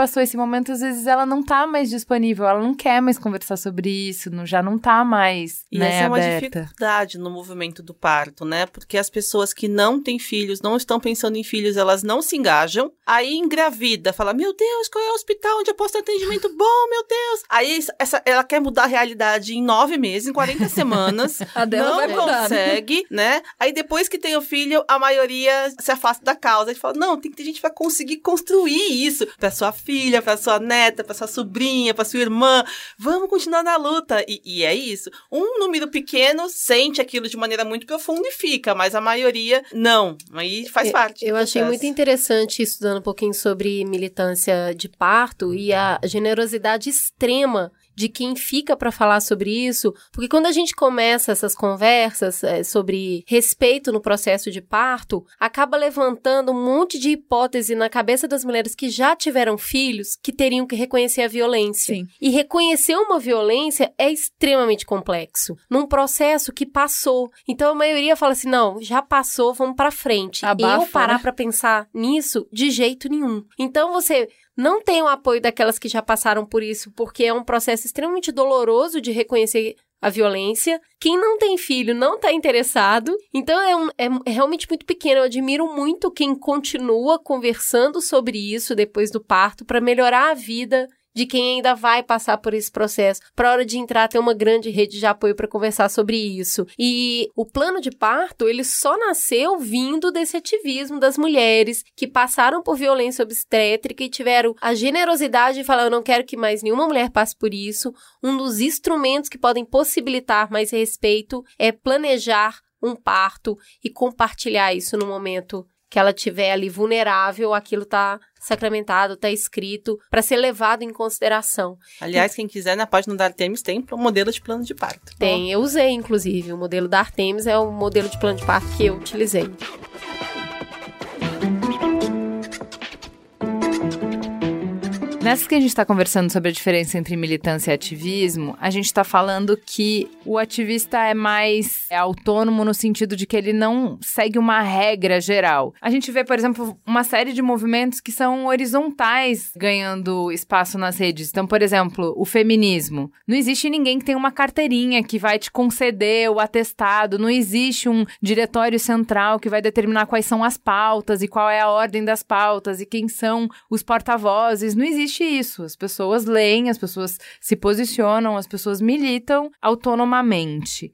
momento, às vezes, ela não tá mais disponível, ela não quer mais conversar sobre isso, não, já não tá mais, e né, essa é uma aberta. dificuldade no movimento do parto, né? Porque as pessoas que não têm filhos, não estão pensando em filhos, elas não se engajam. Aí engravida, fala, meu Deus, qual é o hospital onde eu posso ter atendimento bom, meu Deus? Aí essa, ela quer mudar a realidade em nove meses, em quarenta semanas. A dela não vai mudar, consegue, né? né? Aí depois que tem o filho, a maioria se afasta da causa. A gente fala, não, tem que ter gente pra conseguir construir isso. Pra sua filha, pra sua neta, pra sua sobrinha, pra sua irmã. Vamos continuar na luta. E, e é isso. Um número pequeno sente aquilo de maneira muito profunda e fica, mas a maioria não. Aí faz eu, parte. Eu achei muito interessante, estudando um pouquinho sobre militância de parto e a generosidade extrema de quem fica para falar sobre isso, porque quando a gente começa essas conversas é, sobre respeito no processo de parto, acaba levantando um monte de hipótese na cabeça das mulheres que já tiveram filhos que teriam que reconhecer a violência. Sim. E reconhecer uma violência é extremamente complexo, num processo que passou. Então a maioria fala assim, não, já passou, vamos para frente. Abafa, eu parar né? para pensar nisso de jeito nenhum. Então você não tem o apoio daquelas que já passaram por isso, porque é um processo extremamente doloroso de reconhecer a violência. Quem não tem filho não está interessado. Então, é, um, é, é realmente muito pequeno. Eu admiro muito quem continua conversando sobre isso depois do parto para melhorar a vida de quem ainda vai passar por esse processo. Para a hora de entrar, ter uma grande rede de apoio para conversar sobre isso. E o plano de parto, ele só nasceu vindo desse ativismo das mulheres que passaram por violência obstétrica e tiveram a generosidade de falar, eu não quero que mais nenhuma mulher passe por isso. Um dos instrumentos que podem possibilitar mais respeito é planejar um parto e compartilhar isso no momento que ela estiver ali vulnerável, aquilo tá sacramentado, tá escrito, para ser levado em consideração. Aliás, quem quiser, na página da Artemis tem um modelo de plano de parto. Tem, eu usei, inclusive. O modelo da Artemis é o modelo de plano de parto que eu utilizei. Nessa que a gente está conversando sobre a diferença entre militância e ativismo, a gente está falando que o ativista é mais é autônomo no sentido de que ele não segue uma regra geral. A gente vê, por exemplo, uma série de movimentos que são horizontais ganhando espaço nas redes. Então, por exemplo, o feminismo. Não existe ninguém que tenha uma carteirinha que vai te conceder o atestado, não existe um diretório central que vai determinar quais são as pautas e qual é a ordem das pautas e quem são os porta-vozes. Não existe isso. As pessoas leem, as pessoas se posicionam, as pessoas militam autonomamente.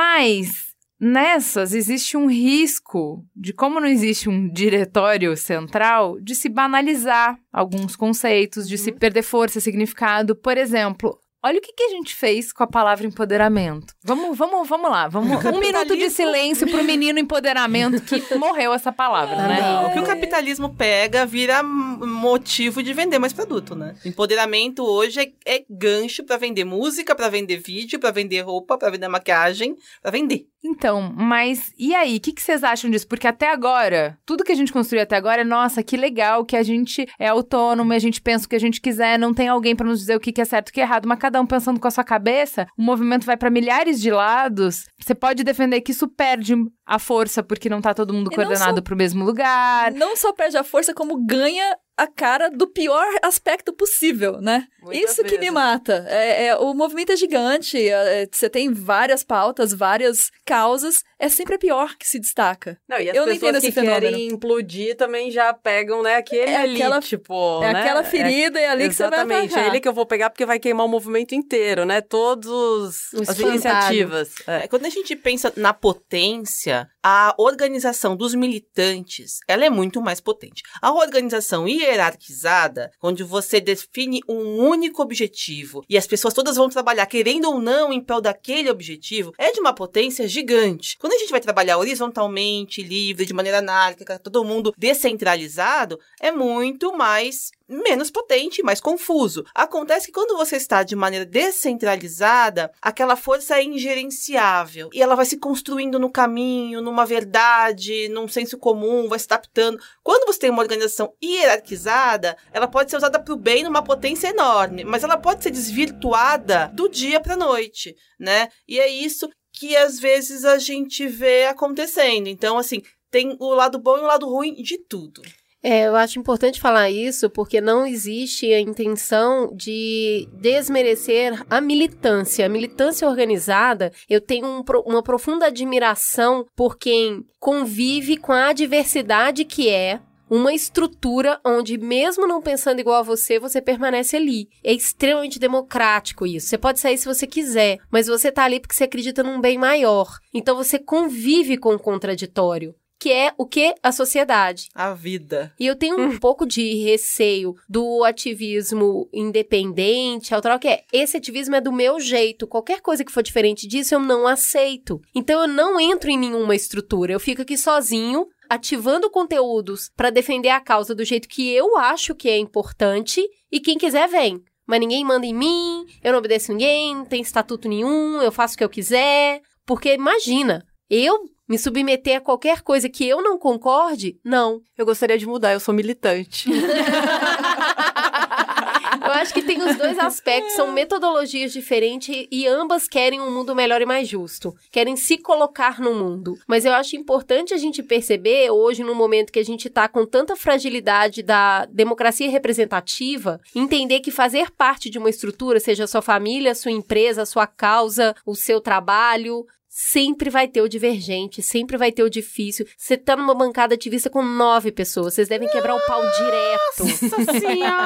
Mas nessas existe um risco de, como não existe um diretório central, de se banalizar alguns conceitos, de se perder força, significado. Por exemplo, olha o que, que a gente fez com a palavra empoderamento. Vamos, vamos, vamos lá. Vamos, um minuto de silêncio pro menino empoderamento que morreu essa palavra, né? Não, o que o capitalismo pega vira motivo de vender mais produto, né? Empoderamento hoje é, é gancho pra vender música, pra vender vídeo, pra vender roupa, pra vender maquiagem, pra vender. Então, mas e aí? O que, que vocês acham disso? Porque até agora, tudo que a gente construiu até agora é, nossa, que legal que a gente é autônomo, a gente pensa o que a gente quiser, não tem alguém pra nos dizer o que, que é certo e o que é errado, mas cada um pensando com a sua cabeça, o movimento vai pra milhares de lados. Você pode defender que isso perde a força porque não tá todo mundo E coordenado não só- pro mesmo lugar. Não só perde a força, como ganha a cara do pior aspecto possível, né? Muitas Isso que me vezes. mata. É, é, o movimento é gigante, é, você tem várias pautas, várias causas, é sempre a pior que se destaca. Não, e as Eu não pessoas entendo que esse fenômeno. querem implodir também já pegam, né, aquele É ali, aquela- tipo, é né? aquela ferida e é ali que você vai Exatamente, atacar. é ele que eu vou pegar porque vai queimar o movimento inteiro, né? Todos O as espantado. iniciativas. É. É, quando a gente pensa na potência, a organização dos militantes, ela é muito mais potente. A organização hierarquizada, onde você define um único objetivo e as pessoas todas vão trabalhar, querendo ou não, em prol daquele objetivo, é de uma potência gigante. Quando a gente vai trabalhar horizontalmente, livre, de maneira anárquica, todo mundo descentralizado, é muito mais menos potente, mais confuso. Acontece que quando você está de maneira descentralizada, aquela força é ingerenciável e ela vai se construindo no caminho, numa verdade, num senso comum, vai se adaptando. Quando você tem uma organização hierarquizada, ela pode ser usada para o bem numa potência enorme, mas ela pode ser desvirtuada do dia para a noite, né? E é isso que às vezes a gente vê acontecendo. Então, assim, tem o lado bom e o lado ruim de tudo. É, eu acho importante falar isso porque não existe a intenção de desmerecer a militância. A militância organizada, eu tenho um, uma profunda admiração por quem convive com a adversidade que é uma estrutura onde, mesmo não pensando igual a você, você permanece ali. É extremamente democrático isso. Você pode sair se você quiser, mas você tá ali porque você acredita num bem maior. Então você convive com o contraditório, que é o que? A sociedade. A vida. E eu tenho um pouco de receio do ativismo independente, autoral, que é, esse ativismo é do meu jeito. Qualquer coisa que for diferente disso, eu não aceito. Então eu não entro em nenhuma estrutura. Eu fico aqui sozinho, ativando conteúdos para defender a causa do jeito que eu acho que é importante, e quem quiser vem. Mas ninguém manda em mim, eu não obedeço ninguém, não tem estatuto nenhum, eu faço o que eu quiser. Porque imagina, eu me submeter a qualquer coisa que eu não concorde? Não. Eu gostaria de mudar, eu sou militante. Eu acho que tem os dois aspectos, são metodologias diferentes e ambas querem um mundo melhor e mais justo. Querem se colocar no mundo. Mas eu acho importante a gente perceber, hoje, no momento que a gente está com tanta fragilidade da democracia representativa, entender que fazer parte de uma estrutura, seja a sua família, a sua empresa, a sua causa, o seu trabalho, sempre vai ter o divergente, sempre vai ter o difícil. Você tá numa bancada ativista com nove pessoas, vocês devem quebrar o pau direto. Nossa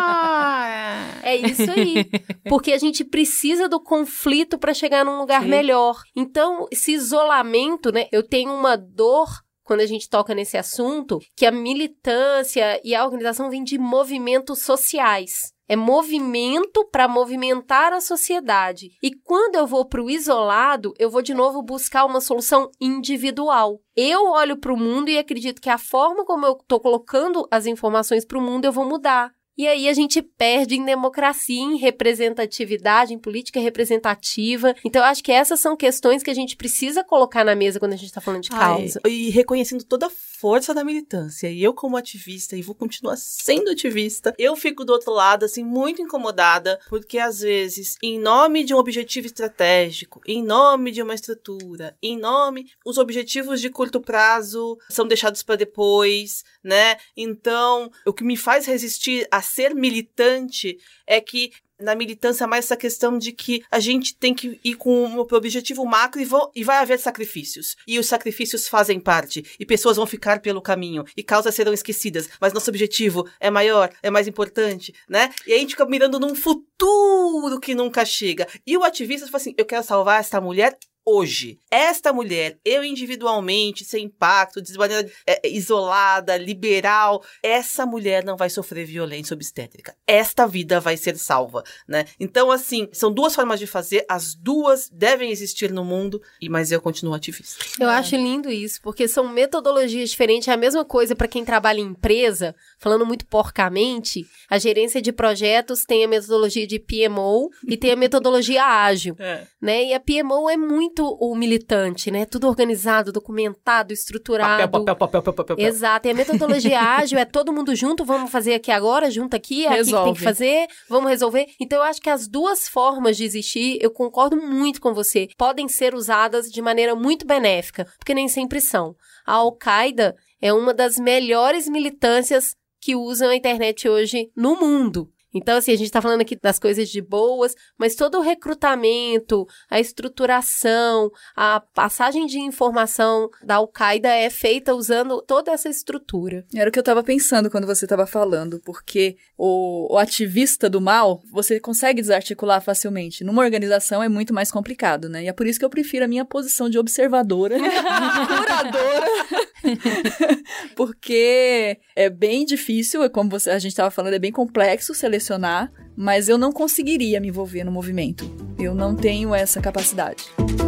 Senhora! É isso aí. Porque a gente precisa do conflito para chegar num lugar Sim. melhor. Então, esse isolamento, né? Eu tenho uma dor quando a gente toca nesse assunto, que a militância e a organização vêm de movimentos sociais. É movimento para movimentar a sociedade. E quando eu vou para o isolado, eu vou de novo buscar uma solução individual. Eu olho para o mundo e acredito que a forma como eu estou colocando as informações para o mundo, eu vou mudar. E aí a gente perde em democracia, em representatividade, em política representativa. Então, eu acho que essas são questões que a gente precisa colocar na mesa quando a gente está falando de causa. Ai, e reconhecendo toda a força da militância. E eu, como ativista, e vou continuar sendo ativista, eu fico do outro lado, assim, muito incomodada, porque às vezes, em nome de um objetivo estratégico, em nome de uma estrutura, em nome, os objetivos de curto prazo são deixados para depois, né? Então, o que me faz resistir a ser militante é que na militância mais essa questão de que a gente tem que ir com um objetivo macro e, vão, e vai haver sacrifícios. E os sacrifícios fazem parte. E pessoas vão ficar pelo caminho. E causas serão esquecidas. Mas nosso objetivo é maior, é mais importante, né? E aí a gente fica mirando num futuro que nunca chega. E o ativista fala assim, eu quero salvar esta mulher hoje. Esta mulher, eu individualmente, sem impacto, de maneira é, isolada, liberal, essa mulher não vai sofrer violência obstétrica. Esta vida vai ser salva, né? Então, assim, são duas formas de fazer, as duas devem existir no mundo, e mas eu continuo ativista. Eu é. acho lindo isso, porque são metodologias diferentes, é a mesma coisa para quem trabalha em empresa, falando muito porcamente, a gerência de projetos tem a metodologia de P M O e tem a metodologia ágil, é. né? E a P M O é muito o militante, né? Tudo organizado, documentado, estruturado. Papel, papel, papel, papel, papel. Exato. E a metodologia ágil é todo mundo junto, vamos fazer aqui agora, junto aqui, é aqui que tem que fazer, vamos resolver. Então, eu acho que as duas formas de existir, eu concordo muito com você, podem ser usadas de maneira muito benéfica, porque nem sempre são. A Al-Qaeda é uma das melhores militâncias que usam a internet hoje no mundo. Então, assim, a gente tá falando aqui das coisas de boas, mas todo o recrutamento, a estruturação, a passagem de informação da Al-Qaeda é feita usando toda essa estrutura. Era o que eu tava pensando quando você tava falando, porque o, o ativista do mal, você consegue desarticular facilmente. Numa organização é muito mais complicado, né? E é por isso que eu prefiro a minha posição de observadora, curadora, porque é bem difícil, como você, a gente tava falando, é bem complexo selecionar, mas eu não conseguiria me envolver no movimento. Eu não tenho essa capacidade.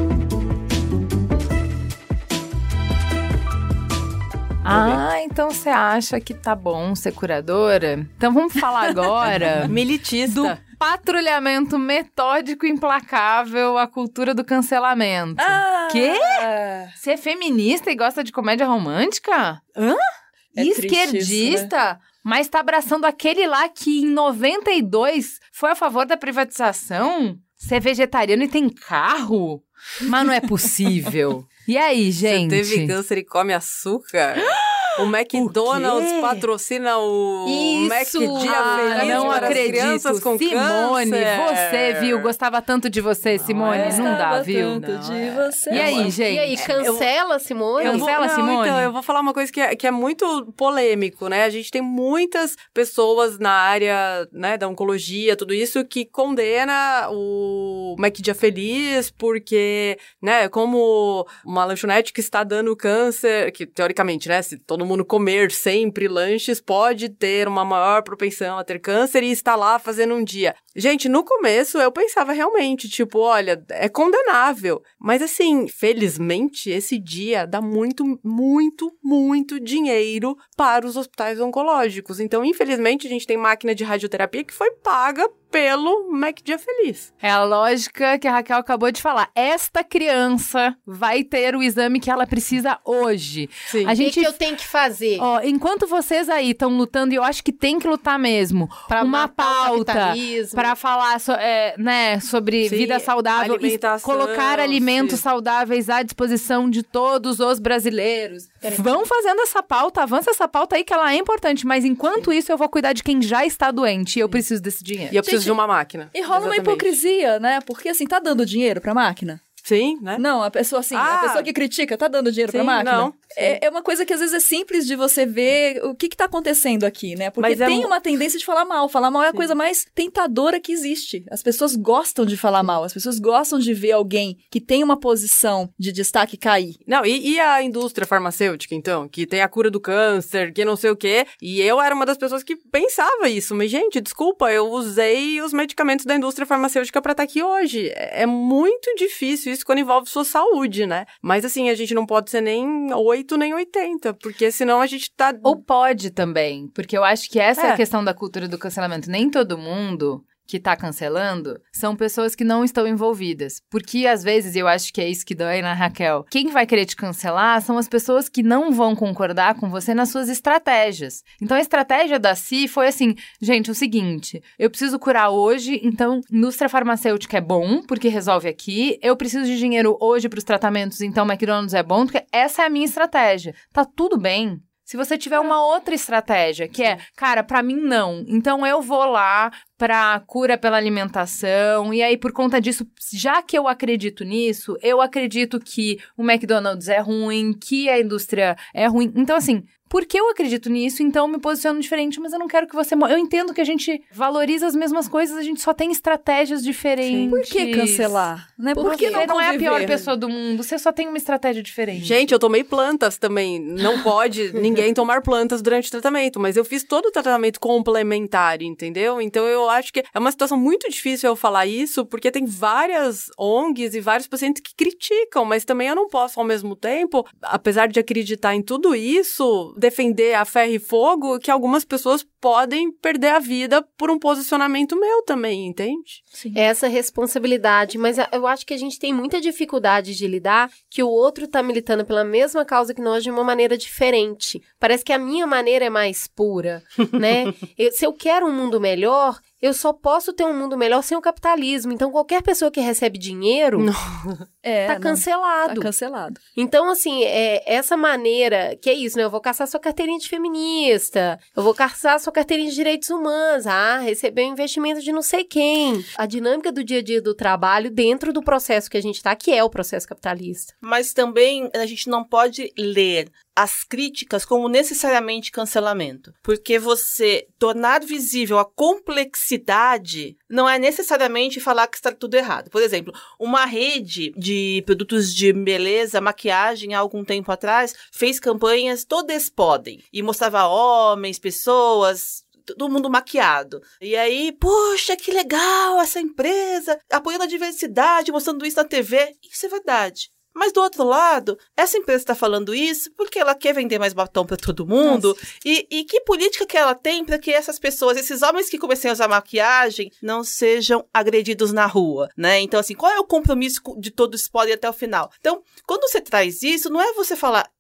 Ah, então você acha que tá bom ser curadora? Então vamos falar agora militista do patrulhamento metódico e implacável à cultura do cancelamento. Ah! Quê? Você é feminista e gosta de comédia romântica? Hã? É esquerdista? Né? Mas tá abraçando aquele lá que em noventa e dois foi a favor da privatização? Você é vegetariano e tem carro? Mas não é possível. E aí, gente? Você teve câncer e come açúcar? o McDonald's quê? patrocina o Mac Isso! Dia Ah, Feliz não para as acredito. crianças com Simone, câncer. você viu? Gostava tanto de você, Simone. Gostava Não dá, viu? tanto Não, de é. você. E aí, gente? E aí, cancela, Simone? Eu vou, Cancela, não, Simone? Então, eu vou falar uma coisa que é, que é muito polêmico, né? A gente tem muitas pessoas na área, né, da oncologia, tudo isso, que condena o Mac Dia Feliz porque, né, como uma lanchonete que está dando câncer, que teoricamente, né, se todo mundo comer sempre lanches, pode ter uma maior propensão a ter câncer e está lá fazendo um dia. Gente, no começo eu pensava realmente, tipo, olha, é condenável. Mas assim, felizmente, esse dia dá muito, muito, muito dinheiro para os hospitais oncológicos. Então, infelizmente, a gente tem máquina de radioterapia que foi paga pelo Mac Dia Feliz. É a lógica que a Raquel acabou de falar. Esta criança vai ter o exame que ela precisa hoje. Sim. A O que, gente... que eu tenho que fazer? Ó, enquanto vocês aí estão lutando, e eu acho que tem que lutar mesmo, Pra uma matar o pauta capitalismo. para falar so- é, né, sobre Sim, vida saudável e alimentação, colocar alimentos sim. saudáveis à disposição de todos os brasileiros. Vão fazendo essa pauta, avança essa pauta aí que ela é importante, mas enquanto isso eu vou cuidar de quem já está doente e eu preciso desse dinheiro. E eu preciso Gente, de uma máquina. E rola uma Exatamente. hipocrisia, né? Porque assim, tá dando dinheiro pra máquina? Sim, né? Não, a pessoa assim, Ah. a pessoa que critica, tá dando dinheiro pra Sim, máquina? não. É, é uma coisa que às vezes é simples de você ver o que que tá acontecendo aqui, né? Porque Mas é tem mu- uma tendência de falar mal. Falar mal é a coisa mais tentadora que existe. As pessoas gostam de falar mal. As pessoas gostam de ver alguém que tem uma posição de destaque cair. Não, e, e a indústria farmacêutica, então? Que tem a cura do câncer, que não sei o quê. E eu era uma das pessoas que pensava isso. Mas, gente, desculpa, eu usei os medicamentos da indústria farmacêutica pra estar aqui hoje. É, é muito difícil isso quando envolve sua saúde, né? Mas, assim, a gente não pode ser nem oito nem oitenta, porque senão a gente tá... Ou pode também, porque eu acho que essa é, É. a questão da cultura do cancelamento. Nem todo mundo que tá cancelando são pessoas que não estão envolvidas. Porque, às vezes, eu acho que é isso que dói, né, Raquel? Quem vai querer te cancelar são as pessoas que não vão concordar com você nas suas estratégias. Então, a estratégia da C I foi assim, gente, é o seguinte, eu preciso curar hoje, então, indústria farmacêutica é bom, porque resolve aqui. Eu preciso de dinheiro hoje para os tratamentos, então, McDonald's é bom, porque essa é a minha estratégia. Tá tudo bem. Se você tiver uma outra estratégia, que é, cara, pra mim não, então eu vou lá pra cura pela alimentação, e aí por conta disso, já que eu acredito nisso, eu acredito que o McDonald's é ruim, que a indústria é ruim. Então, assim, porque eu acredito nisso, então eu me posiciono diferente, mas eu não quero que você... Mo- eu entendo que a gente valoriza as mesmas coisas, a gente só tem estratégias diferentes. Por que cancelar? Né? Por que não você não é a pior conviver? pessoa do mundo, você só tem uma estratégia diferente. Gente, eu tomei plantas também. Não pode ninguém tomar plantas durante o tratamento, mas eu fiz todo o tratamento complementar, entendeu? Então eu acho que é uma situação muito difícil eu falar isso, porque tem várias O N Gs e vários pacientes que criticam, mas também eu não posso, ao mesmo tempo, apesar de acreditar em tudo isso, defender a ferro e fogo, que algumas pessoas podem perder a vida por um posicionamento meu também, entende? Sim. Essa responsabilidade, mas a- eu acho que a gente tem muita dificuldade de lidar que o outro tá militando pela mesma causa que nós de uma maneira diferente. Parece que a minha maneira é mais pura, né? Eu- se eu quero um mundo melhor, eu só posso ter um mundo melhor sem o capitalismo. Então, qualquer pessoa que recebe dinheiro É, tá não, cancelado. Tá cancelado. Então, assim, é, essa maneira, que é isso, né? Eu vou caçar sua carteirinha de feminista, eu vou caçar sua carteirinha de direitos humanos, ah, recebeu investimento de não sei quem. A dinâmica do dia a dia do trabalho dentro do processo que a gente tá, que é o processo capitalista. Mas também a gente não pode ler as críticas como necessariamente cancelamento. Porque você tornar visível a complexidade não é necessariamente falar que está tudo errado. Por exemplo, uma rede de produtos de beleza, maquiagem, há algum tempo atrás, fez campanhas Todas Podem. E mostrava homens, pessoas... todo mundo maquiado. E aí, poxa, que legal essa empresa, apoiando a diversidade, mostrando isso na T V. Isso é verdade. Mas do outro lado, essa empresa está falando isso porque ela quer vender mais batom para todo mundo. E, e que política que ela tem para que essas pessoas, esses homens que comecem a usar maquiagem, não sejam agredidos na rua, né? Então, assim, qual é o compromisso de Todos Podem até o final? Então, quando você traz isso, não é você falar...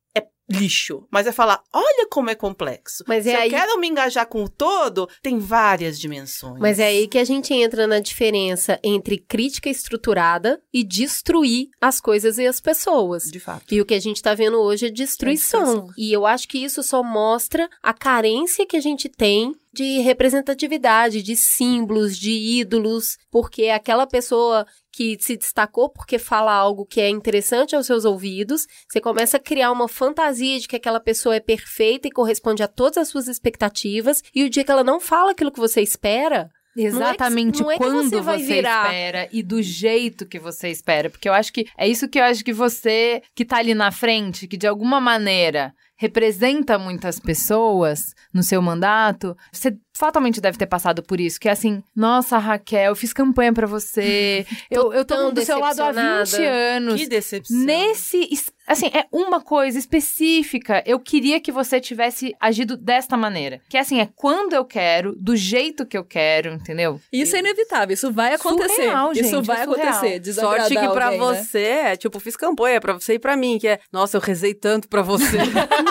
lixo, mas é falar, olha como é complexo. Mas Se é eu aí... quero me engajar com o todo, tem várias dimensões. Mas é aí que a gente entra na diferença entre crítica estruturada e destruir as coisas e as pessoas. De fato. E o que a gente tá vendo hoje é destruição. É destruição. E eu acho que isso só mostra a carência que a gente tem de representatividade, de símbolos, de ídolos, porque aquela pessoa que se destacou porque fala algo que é interessante aos seus ouvidos, você começa a criar uma fantasia de que aquela pessoa é perfeita e corresponde a todas as suas expectativas, e o dia que ela não fala aquilo que você espera... Exatamente não é que, não é que quando você, vai você virar... espera e do jeito que você espera. Porque eu acho que é isso que eu acho que você que tá ali na frente, que de alguma maneira representa muitas pessoas no seu mandato, você fatalmente deve ter passado por isso, que é assim, nossa, Raquel, eu fiz campanha pra você, eu, eu tô do seu lado há vinte anos. Que decepção. Nesse, assim, é uma coisa específica, eu queria que você tivesse agido desta maneira. Que assim, é quando eu quero, do jeito que eu quero, entendeu? Isso é inevitável, isso vai acontecer. Surreal, gente, isso vai é surreal. acontecer, desagradar Sorte que pra alguém, você, né? é, tipo, fiz campanha pra você e pra mim, que é, nossa, eu rezei tanto pra você.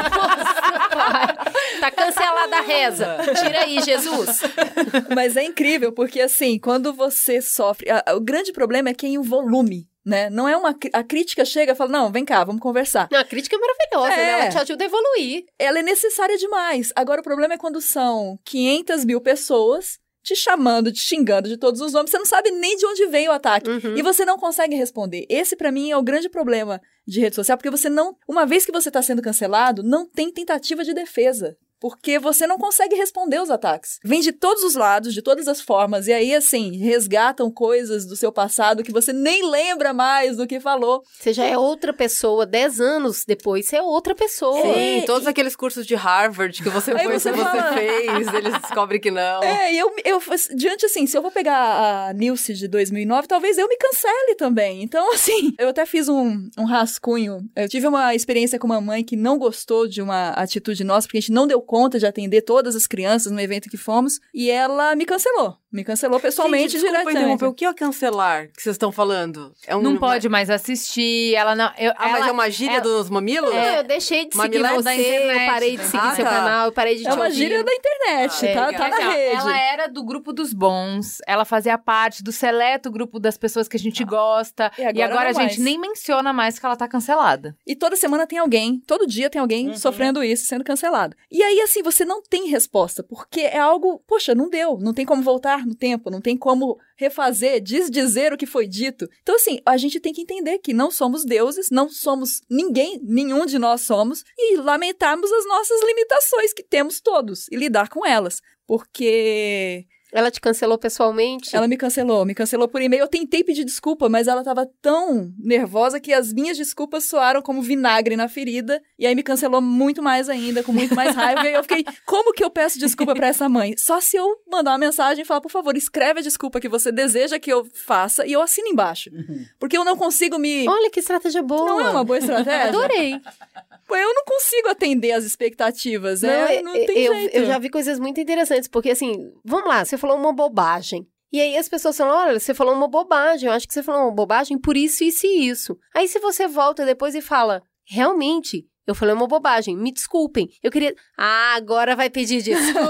Tá cancelada a reza. Tira aí, Jesus. Mas é incrível, porque assim, quando você sofre... A, a, o grande problema é que é em volume, né? Não é uma... A crítica chega e fala, não, vem cá, vamos conversar. Não, a crítica é maravilhosa, É. né? Ela te ajuda a evoluir. Ela é necessária demais. Agora, o problema é quando são quinhentas mil pessoas te chamando, te xingando de todos os nomes, você não sabe nem de onde veio o ataque. Uhum. E você não consegue responder. Esse, pra mim, é o grande problema de rede social, porque você não... Uma vez que você tá sendo cancelado, não tem tentativa de defesa. Porque você não consegue responder os ataques. Vem de todos os lados, de todas as formas. E aí, assim, resgatam coisas do seu passado que você nem lembra mais do que falou. Você já é outra pessoa, dez anos depois, você é outra pessoa. Sim, É, todos aqueles cursos de Harvard que você Aí foi, você que você fala- fez, eles descobrem que não. É, e eu, eu, diante assim, se eu vou pegar a Nilce de dois mil e nove, talvez eu me cancele também. Então, assim, eu até fiz um, um rascunho. Eu tive uma experiência com uma mãe que não gostou de uma atitude nossa, porque a gente não deu conta de atender todas as crianças no evento que fomos, e ela me cancelou. Me cancelou pessoalmente, Gente, desculpa diretamente. interromper, o que é cancelar que vocês estão falando? É um, Não pode mais assistir, ela não... Eu, Ah, mas ela- é uma gíria ela- dos mamilos? Não, eu deixei de seguir Mamilete você, da internet, eu parei de né? seguir Ah, seu tá. canal, eu parei de te É uma ouvir. gíria da internet, Ah, é, tá, legal. tá na Assim, ó, rede. ela era do grupo dos bons, ela fazia parte do seleto grupo das pessoas que a gente gosta, E e agora agora, não a gente mais. nem menciona mais que ela tá cancelada. E toda semana tem alguém, todo dia tem alguém Uhum. sofrendo isso, sendo cancelado. E aí, assim, você não tem resposta, porque é algo, poxa, não deu, não tem como voltar no tempo, não tem como refazer, desdizer o que foi dito. Então, assim, a gente tem que entender que não somos deuses, não somos ninguém, nenhum de nós somos, e lamentarmos as nossas limitações que temos todos, e lidar com elas. Porque... Ela te cancelou pessoalmente? Ela me cancelou, me cancelou por e-mail. Eu tentei pedir desculpa, mas ela tava tão nervosa que as minhas desculpas soaram como vinagre na ferida. E aí me cancelou muito mais ainda, com muito mais raiva. E aí eu fiquei, como que eu peço desculpa pra essa mãe? Só se eu mandar uma mensagem e falar, por favor, escreve a desculpa que você deseja que eu faça e eu assino embaixo. Porque eu não consigo me... Olha que estratégia boa. Não é uma boa estratégia? Adorei. Pô, eu não consigo atender as expectativas, é, não, eu- tem eu, jeito. eu já vi coisas muito interessantes, porque assim, vamos lá, você falou uma bobagem. E aí as pessoas falam, olha, você falou uma bobagem, eu acho que você falou uma bobagem por isso, isso e isso. Aí se você volta depois e fala, realmente, eu falei uma bobagem, me desculpem. Eu queria... Ah, agora vai pedir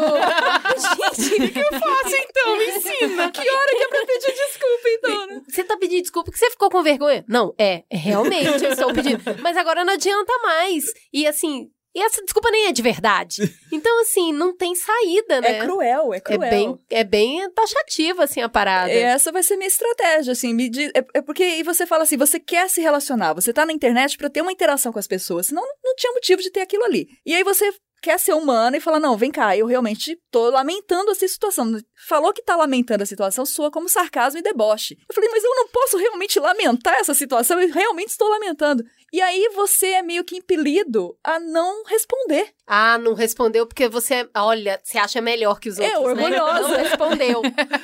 desculpa. Gente, o que eu faço então? Me ensina. Que hora que é pra pedir desculpa, então, né? Você tá pedindo desculpa porque você ficou com vergonha? Não, é, realmente eu estou pedindo. Mas agora não adianta mais. E assim, e essa desculpa nem é de verdade. Então, assim, não tem saída, né? É cruel, é É cruel. bem, é bem taxativa, assim, a parada. É, essa vai ser minha estratégia, assim, me diz, é, é porque e você fala assim, você quer se relacionar, você tá na internet pra ter uma interação com as pessoas, senão não, não tinha motivo de ter aquilo ali. E aí você quer ser humana e fala, não, vem cá, eu realmente tô lamentando essa situação. Falou que tá lamentando a situação, soa como sarcasmo e deboche. Eu falei, mas eu não posso realmente lamentar essa situação, eu realmente estou lamentando. E aí você é meio que impelido a não responder. Ah, não respondeu porque você, olha, você acha melhor que os É, outros, né? orgulhosa. Não respondeu.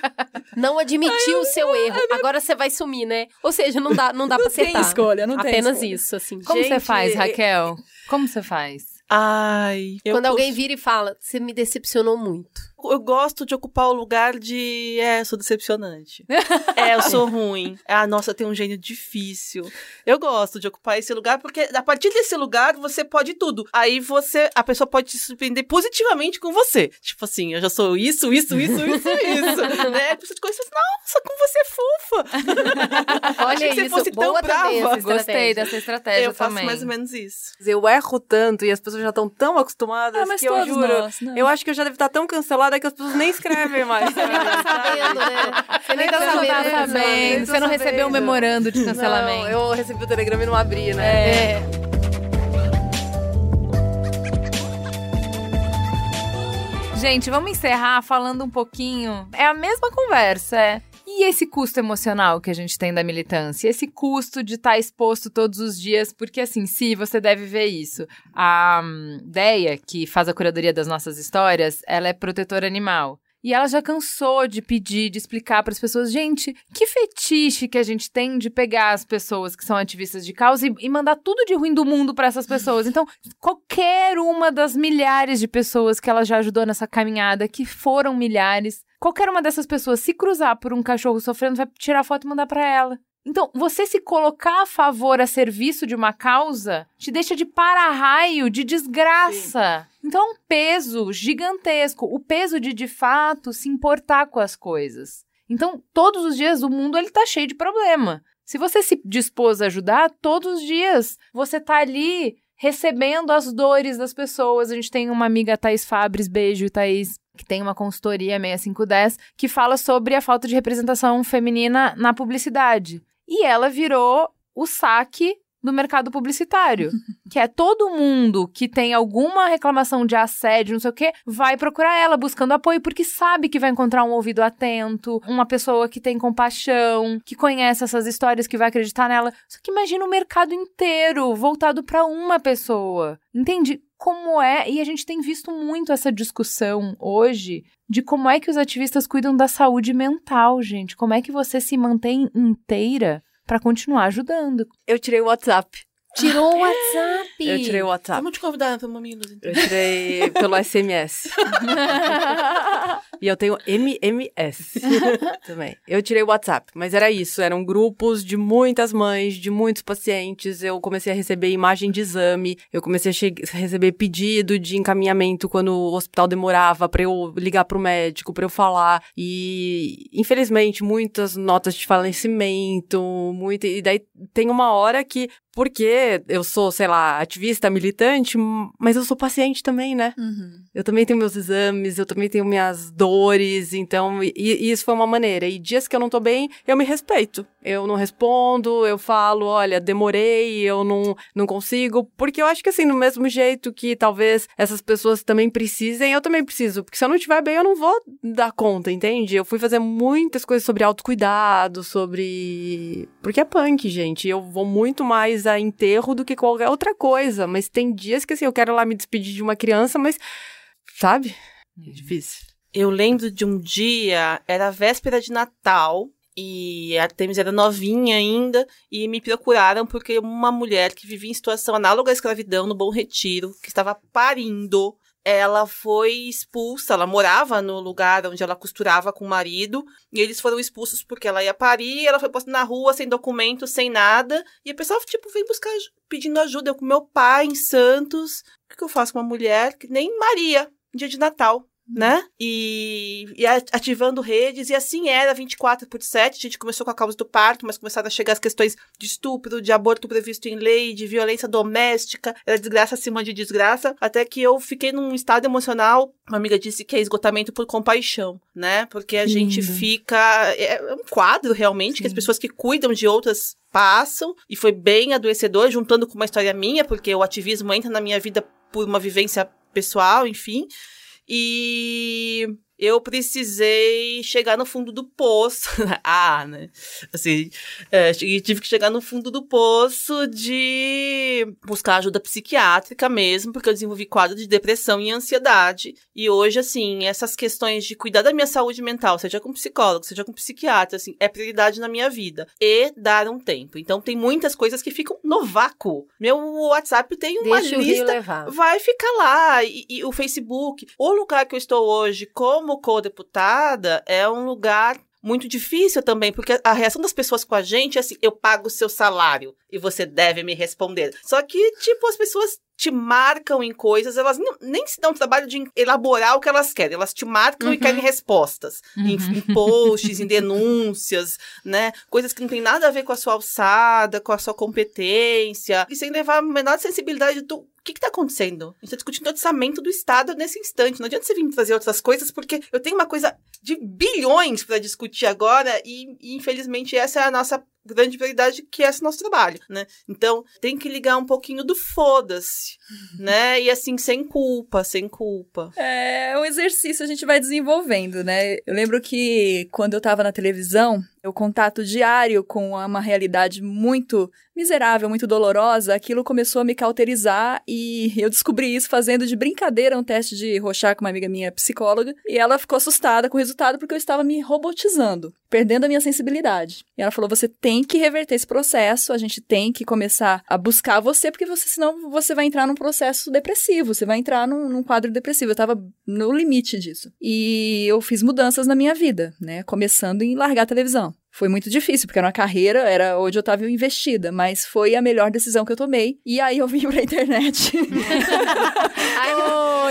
Não admitiu o seu erro. Agora você vai sumir, né? Ou seja, não dá, não dá Não pra tem acertar. escolha, não tem Apenas escolha. isso, assim. Como você Gente, faz, é- Raquel? Como você faz? Ai. eu Quando alguém posso- vira e fala, você me decepcionou muito. eu gosto de ocupar o lugar de... É, eu sou decepcionante. É, eu sou ruim. Ah, nossa, tem um gênio difícil. Eu gosto de ocupar esse lugar, porque a partir desse lugar, você pode tudo. Aí você, a pessoa pode te surpreender positivamente com você. Tipo assim, eu já sou isso, isso, isso, isso, isso. Né? A pessoa te conhece e fala, nossa, como você é fofa. Olha Achei que você isso, fosse tão boa também brava. essa Gostei estratégia. dessa estratégia Eu faço também. mais ou menos isso. Eu erro tanto e as pessoas já estão tão acostumadas Ah, mas que eu todos juro. nós, né? Eu acho que eu já devo estar tão cancelada que as pessoas nem escrevem mais. Você nem tá sabendo, né? Você nem tá Você não sabendo. tá né? sabendo, você não recebeu um memorando de cancelamento. Não, eu recebi o telegrama e não abri, né? É. Gente, vamos encerrar falando um pouquinho. É a mesma conversa, é. E esse custo emocional que a gente tem da militância? Esse custo de estar exposto todos os dias? Porque, assim, se você deve ver isso. A um, Deia, que faz a curadoria das nossas histórias, ela é protetora animal. E ela já cansou de pedir, de explicar para as pessoas, gente, que fetiche que a gente tem de pegar as pessoas que são ativistas de causa e, e mandar tudo de ruim do mundo para essas pessoas. Então, qualquer uma das milhares de pessoas que ela já ajudou nessa caminhada, que foram milhares, qualquer uma dessas pessoas, se cruzar por um cachorro sofrendo, vai tirar foto e mandar para ela. Então, você se colocar a favor, a serviço de uma causa, te deixa de para-raio, de desgraça. Sim. Então, é um peso gigantesco. O peso de, de fato, se importar com as coisas. Então, todos os dias, o mundo ele tá cheio de problema. Se você se dispôs a ajudar, todos os dias, você tá ali recebendo as dores das pessoas. A gente tem uma amiga, Thaís Fabres, beijo, Thaís, que tem uma consultoria seis cinco dez, que fala sobre a falta de representação feminina na publicidade. E ela virou o saque do mercado publicitário, que é todo mundo que tem alguma reclamação de assédio, não sei o quê, vai procurar ela buscando apoio, porque sabe que vai encontrar um ouvido atento, uma pessoa que tem compaixão, que conhece essas histórias, que vai acreditar nela. Só que imagina o mercado inteiro voltado para uma pessoa. Entende? Como é, e a gente tem visto muito essa discussão hoje de como é que os ativistas cuidam da saúde mental, gente. Como é que você se mantém inteira para continuar ajudando. Eu tirei o WhatsApp. Tirou o WhatsApp? Eu tirei o WhatsApp. Vamos te convidar para o Mamilos, então. Eu tirei pelo S M S. E eu tenho M M S também. Eu tirei o WhatsApp, mas era isso. Eram grupos de muitas mães, de muitos pacientes. Eu comecei a receber imagem de exame. Eu comecei a che- receber pedido de encaminhamento quando o hospital demorava para eu ligar pro médico, para eu falar. E, infelizmente, muitas notas de falecimento. Muito, e daí tem uma hora que... Porque eu sou, sei lá, ativista, militante, mas eu sou paciente também, né? Uhum. Eu também tenho meus exames, eu também tenho minhas dores, então, e, e isso foi uma maneira. E dias que eu não tô bem, eu me respeito. Eu não respondo, eu falo, olha, demorei, eu não, não consigo, porque eu acho que assim, no mesmo jeito que talvez essas pessoas também precisem, eu também preciso, porque se eu não estiver bem, eu não vou dar conta, entende? Eu fui fazer muitas coisas sobre autocuidado, sobre... Porque é punk, gente, eu vou muito mais a enterro do que qualquer outra coisa, mas tem dias que assim, eu quero lá me despedir de uma criança, mas, sabe? É difícil. Eu lembro de um dia, era a véspera de Natal, e a Artemis era novinha ainda, e me procuraram porque uma mulher que vivia em situação análoga à escravidão no Bom Retiro, que estava parindo, ela foi expulsa, ela morava no lugar onde ela costurava com o marido, e eles foram expulsos porque ela ia parir, ela foi posta na rua, sem documento, sem nada, e a pessoa, tipo, veio buscar, pedindo ajuda. Eu com meu pai em Santos, o que, que eu faço com uma mulher que nem Maria, dia de Natal? Né? E, e ativando redes, e assim era, vinte e quatro por sete. A gente começou com a causa do parto, mas começaram a chegar as questões de estupro, de aborto previsto em lei, de violência doméstica, era desgraça acima de desgraça, até que eu fiquei num estado emocional. Uma amiga disse que é esgotamento por compaixão, né? Porque a gente fica... É um quadro, realmente, Sim. que as pessoas que cuidam de outras passam, e foi bem adoecedor, juntando com uma história minha, porque o ativismo entra na minha vida por uma vivência pessoal, enfim... E eu precisei chegar no fundo do poço. ah, né? Assim, é, tive que chegar no fundo do poço de buscar ajuda psiquiátrica mesmo, porque eu desenvolvi quadro de depressão e ansiedade. E hoje, assim, essas questões de cuidar da minha saúde mental, seja com psicólogo, seja com psiquiatra, assim, é prioridade na minha vida. E dar um tempo. Então, tem muitas coisas que ficam no vácuo. Meu WhatsApp tem uma Deixa lista. O rio levar. Vai ficar lá. E, e o Facebook, o lugar que eu estou hoje, como como co-deputada, é um lugar muito difícil também, porque a reação das pessoas com a gente é assim, eu pago o seu salário e você deve me responder. Só que, tipo, as pessoas te marcam em coisas, elas nem, nem se dão o trabalho de elaborar o que elas querem, elas te marcam uhum. e querem respostas, uhum. em, em posts, em denúncias, né, coisas que não tem nada a ver com a sua alçada, com a sua competência, e sem levar a menor sensibilidade do o que está acontecendo. A gente está discutindo o orçamento do Estado nesse instante, não adianta você vir me trazer outras coisas, porque eu tenho uma coisa de bilhões para discutir agora, e, e infelizmente essa é a nossa grande prioridade, que é esse nosso trabalho, né? Então, tem que ligar um pouquinho do foda-se, né? E assim, sem culpa, sem culpa. É um exercício, a gente vai desenvolvendo, né? Eu lembro que quando eu tava na televisão, o contato diário com uma realidade muito miserável, muito dolorosa, aquilo começou a me cauterizar e eu descobri isso fazendo de brincadeira um teste de Rorschach com uma amiga minha psicóloga, e ela ficou assustada com o resultado porque eu estava me robotizando, perdendo a minha sensibilidade. E ela falou, você tem que reverter esse processo, a gente tem que começar a buscar você, porque você, senão você vai entrar num processo depressivo, você vai entrar num, num quadro depressivo. Eu estava no limite disso. E eu fiz mudanças na minha vida, né? Começando em largar a televisão. Foi muito difícil, porque era uma carreira, era onde eu estava investida, mas foi a melhor decisão que eu tomei. E aí eu vim pra internet. Ai, ô,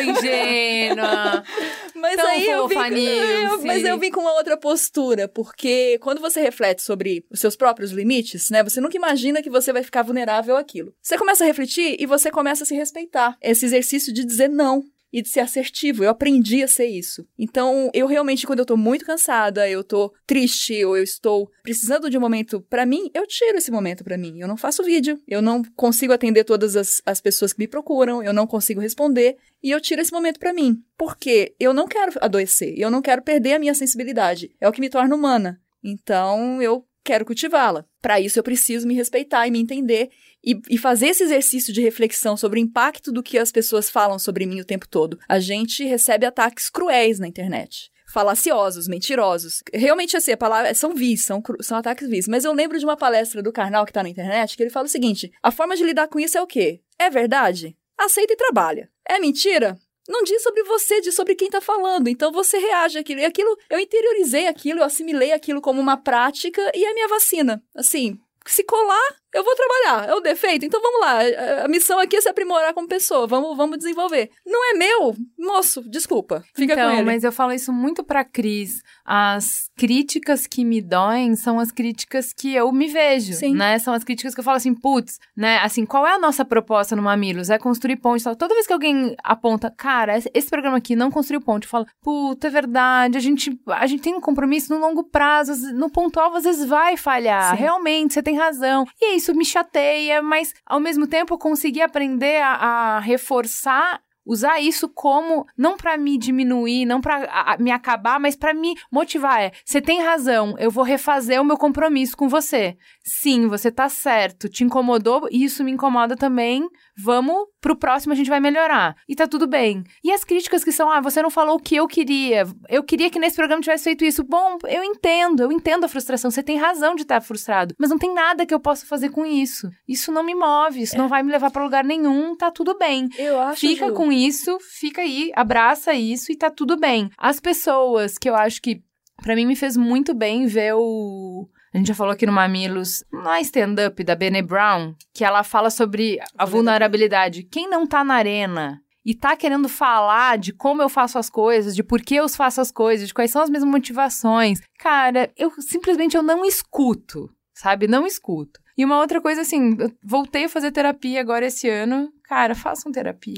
ingênua! Mas Tão aí eu vim, eu, Nilce. mas eu vim com uma outra postura, porque quando você reflete sobre os seus próprios limites, né, você nunca imagina que você vai ficar vulnerável àquilo. Você começa a refletir e você começa a se respeitar. Esse exercício de dizer não. E de ser assertivo, eu aprendi a ser isso. Então, eu realmente, quando eu tô muito cansada, eu tô triste, ou eu estou precisando de um momento pra mim, eu tiro esse momento pra mim. Eu não faço vídeo, eu não consigo atender todas as, as pessoas que me procuram, eu não consigo responder, e eu tiro esse momento pra mim. Porque eu não quero adoecer, eu não quero perder a minha sensibilidade. É o que me torna humana. Então, eu quero cultivá-la. Pra isso, eu preciso me respeitar e me entender. E, e fazer esse exercício de reflexão sobre o impacto do que as pessoas falam sobre mim o tempo todo. A gente recebe ataques cruéis na internet. Falaciosos, mentirosos. Realmente, assim, a palavra, são vis, são, são ataques vis. Mas eu lembro de uma palestra do Karnal que tá na internet, que ele fala o seguinte, a forma de lidar com isso é o quê? É verdade? Aceita e trabalha. É mentira? Não diz sobre você, diz sobre quem tá falando. Então você reage àquilo. E aquilo, eu interiorizei aquilo, eu assimilei aquilo como uma prática e é minha vacina. Assim, se colar, eu vou trabalhar. É o defeito? Então vamos lá. A missão aqui é se aprimorar como pessoa. Vamos, vamos desenvolver. Não é meu? Moço, desculpa. Fica então, com ele. Mas eu falo isso muito pra Cris. As críticas que me doem são as críticas que eu me vejo, Sim. né? São as críticas que eu falo assim, putz, né? Assim, qual é a nossa proposta no Mamilos? É construir ponte e tal. Toda vez que alguém aponta, cara, esse programa aqui não construiu ponte, eu falo, puta, é verdade, a gente, a gente tem um compromisso no longo prazo, no pontual às vezes vai falhar. Sim. Realmente, você tem razão. E é isso me chateia, mas ao mesmo tempo eu consegui aprender a, a reforçar, usar isso como, não pra me diminuir, não pra a, me acabar, mas pra me motivar. É, você tem razão, eu vou refazer o meu compromisso com você. Sim, você tá certo, te incomodou, e isso me incomoda também, vamos, pro próximo a gente vai melhorar. E tá tudo bem. E as críticas que são, ah, você não falou o que eu queria, eu queria que nesse programa tivesse feito isso. Bom, eu entendo, eu entendo a frustração, você tem razão de estar frustrado, mas não tem nada que eu possa fazer com isso. Isso não me move, isso é. não vai me levar pra lugar nenhum, tá tudo bem. Eu acho, Fica Ju. com isso, fica aí, abraça isso e tá tudo bem. As pessoas que eu acho que, pra mim, me fez muito bem ver o... A gente já falou aqui no Mamilos, na stand-up da Brené Brown, que ela fala sobre a vulnerabilidade. Quem não tá na arena e tá querendo falar de como eu faço as coisas, de por que eu faço as coisas, de quais são as minhas motivações, cara, eu simplesmente eu não escuto, sabe? Não escuto. E uma outra coisa, assim, eu voltei a fazer terapia agora esse ano. Cara, façam terapia.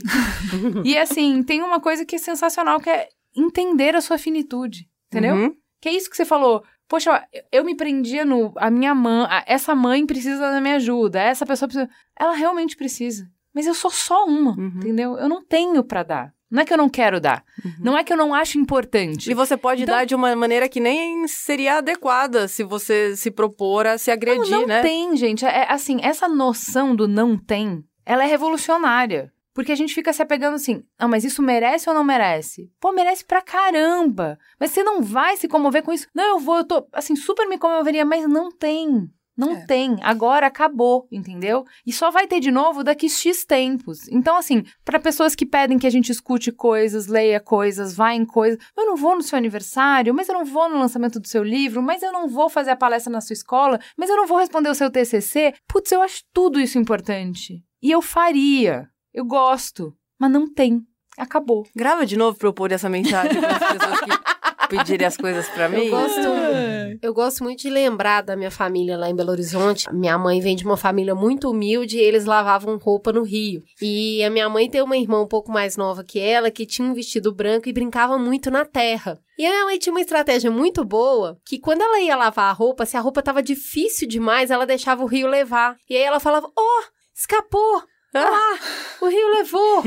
E, assim, tem uma coisa que é sensacional, que é entender a sua finitude, entendeu? Uhum. Que é isso que você falou. Poxa, eu me prendia no... A minha mãe... A, essa mãe precisa da minha ajuda. Essa pessoa precisa... Ela realmente precisa. Mas eu sou só uma, uhum. entendeu? Eu não tenho pra dar. Não é que eu não quero dar. Uhum. Não é que eu não acho importante. E você pode então, dar de uma maneira que nem seria adequada se você se propor a se agredir, não, não né? Não tem, gente. É, assim, essa noção do não tem, ela é revolucionária. Porque a gente fica se apegando assim, ah, mas isso merece ou não merece? Pô, merece pra caramba. Mas você não vai se comover com isso. Não, eu vou, eu tô, assim, super me comoveria, mas não tem. Não É. tem. Agora acabou, entendeu? E só vai ter de novo daqui X tempos. Então, assim, para pessoas que pedem que a gente escute coisas, leia coisas, vá em coisas. Eu não vou no seu aniversário, mas eu não vou no lançamento do seu livro, mas eu não vou fazer a palestra na sua escola, mas eu não vou responder o seu T C C. Putz, eu acho tudo isso importante. E eu faria. Eu gosto. Mas não tem. Acabou. Grava de novo pra eu pôr essa mensagem para as pessoas que pedirem as coisas pra mim. Eu gosto, eu gosto muito de lembrar da minha família lá em Belo Horizonte. Minha mãe vem de uma família muito humilde e eles lavavam roupa no rio. E a minha mãe tem uma irmã um pouco mais nova que ela, que tinha um vestido branco e brincava muito na terra. E a minha mãe tinha uma estratégia muito boa, que quando ela ia lavar a roupa, se a roupa tava difícil demais, ela deixava o rio levar. E aí ela falava, oh, escapou! Olha lá, o rio levou!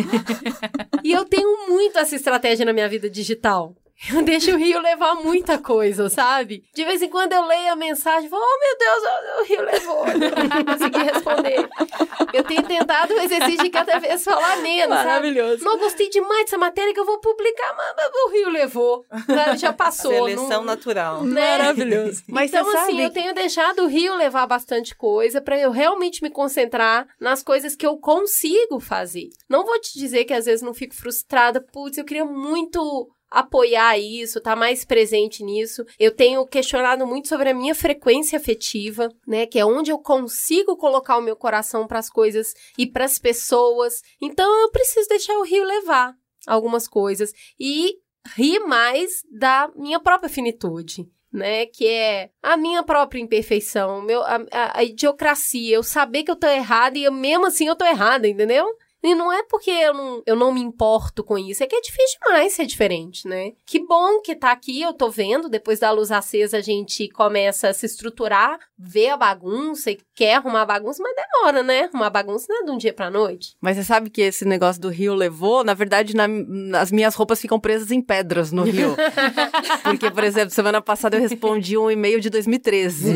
E eu tenho muito essa estratégia na minha vida digital. Eu deixo o rio levar muita coisa, sabe? De vez em quando eu leio a mensagem e falo, oh, meu Deus, o rio levou. Eu não consegui responder. Eu tenho tentado o exercício de cada vez falar menos, Maravilhoso. sabe? Não gostei demais dessa matéria que eu vou publicar, mas o rio levou. Já passou. Seleção não... natural. Né? Maravilhoso. Mas então, você assim, sabe eu tenho deixado o rio levar bastante coisa pra eu realmente me concentrar nas coisas que eu consigo fazer. Não vou te dizer que às vezes não fico frustrada. Putz, eu queria muito apoiar isso, estar mais presente nisso. Eu tenho questionado muito sobre a minha frequência afetiva, né? Que é onde eu consigo colocar o meu coração pras coisas e pras pessoas. Então, eu preciso deixar o rio levar algumas coisas e rir mais da minha própria finitude. Né, que é a minha própria imperfeição, meu, a, a, a idiocracia, eu saber que eu tô errada e eu, mesmo assim eu tô errada, entendeu? E não é porque eu não, eu não me importo com isso, é que é difícil demais ser diferente, né? Que bom que tá aqui, eu tô vendo, depois da luz acesa a gente começa a se estruturar, ver a bagunça e quer arrumar a bagunça, mas demora, né? Arrumar bagunça não é de um dia pra noite. Mas você sabe que esse negócio do rio levou, na verdade, na, as minhas roupas ficam presas em pedras no rio. Porque, por exemplo, semana passada eu respondi um e-mail de dois mil e treze.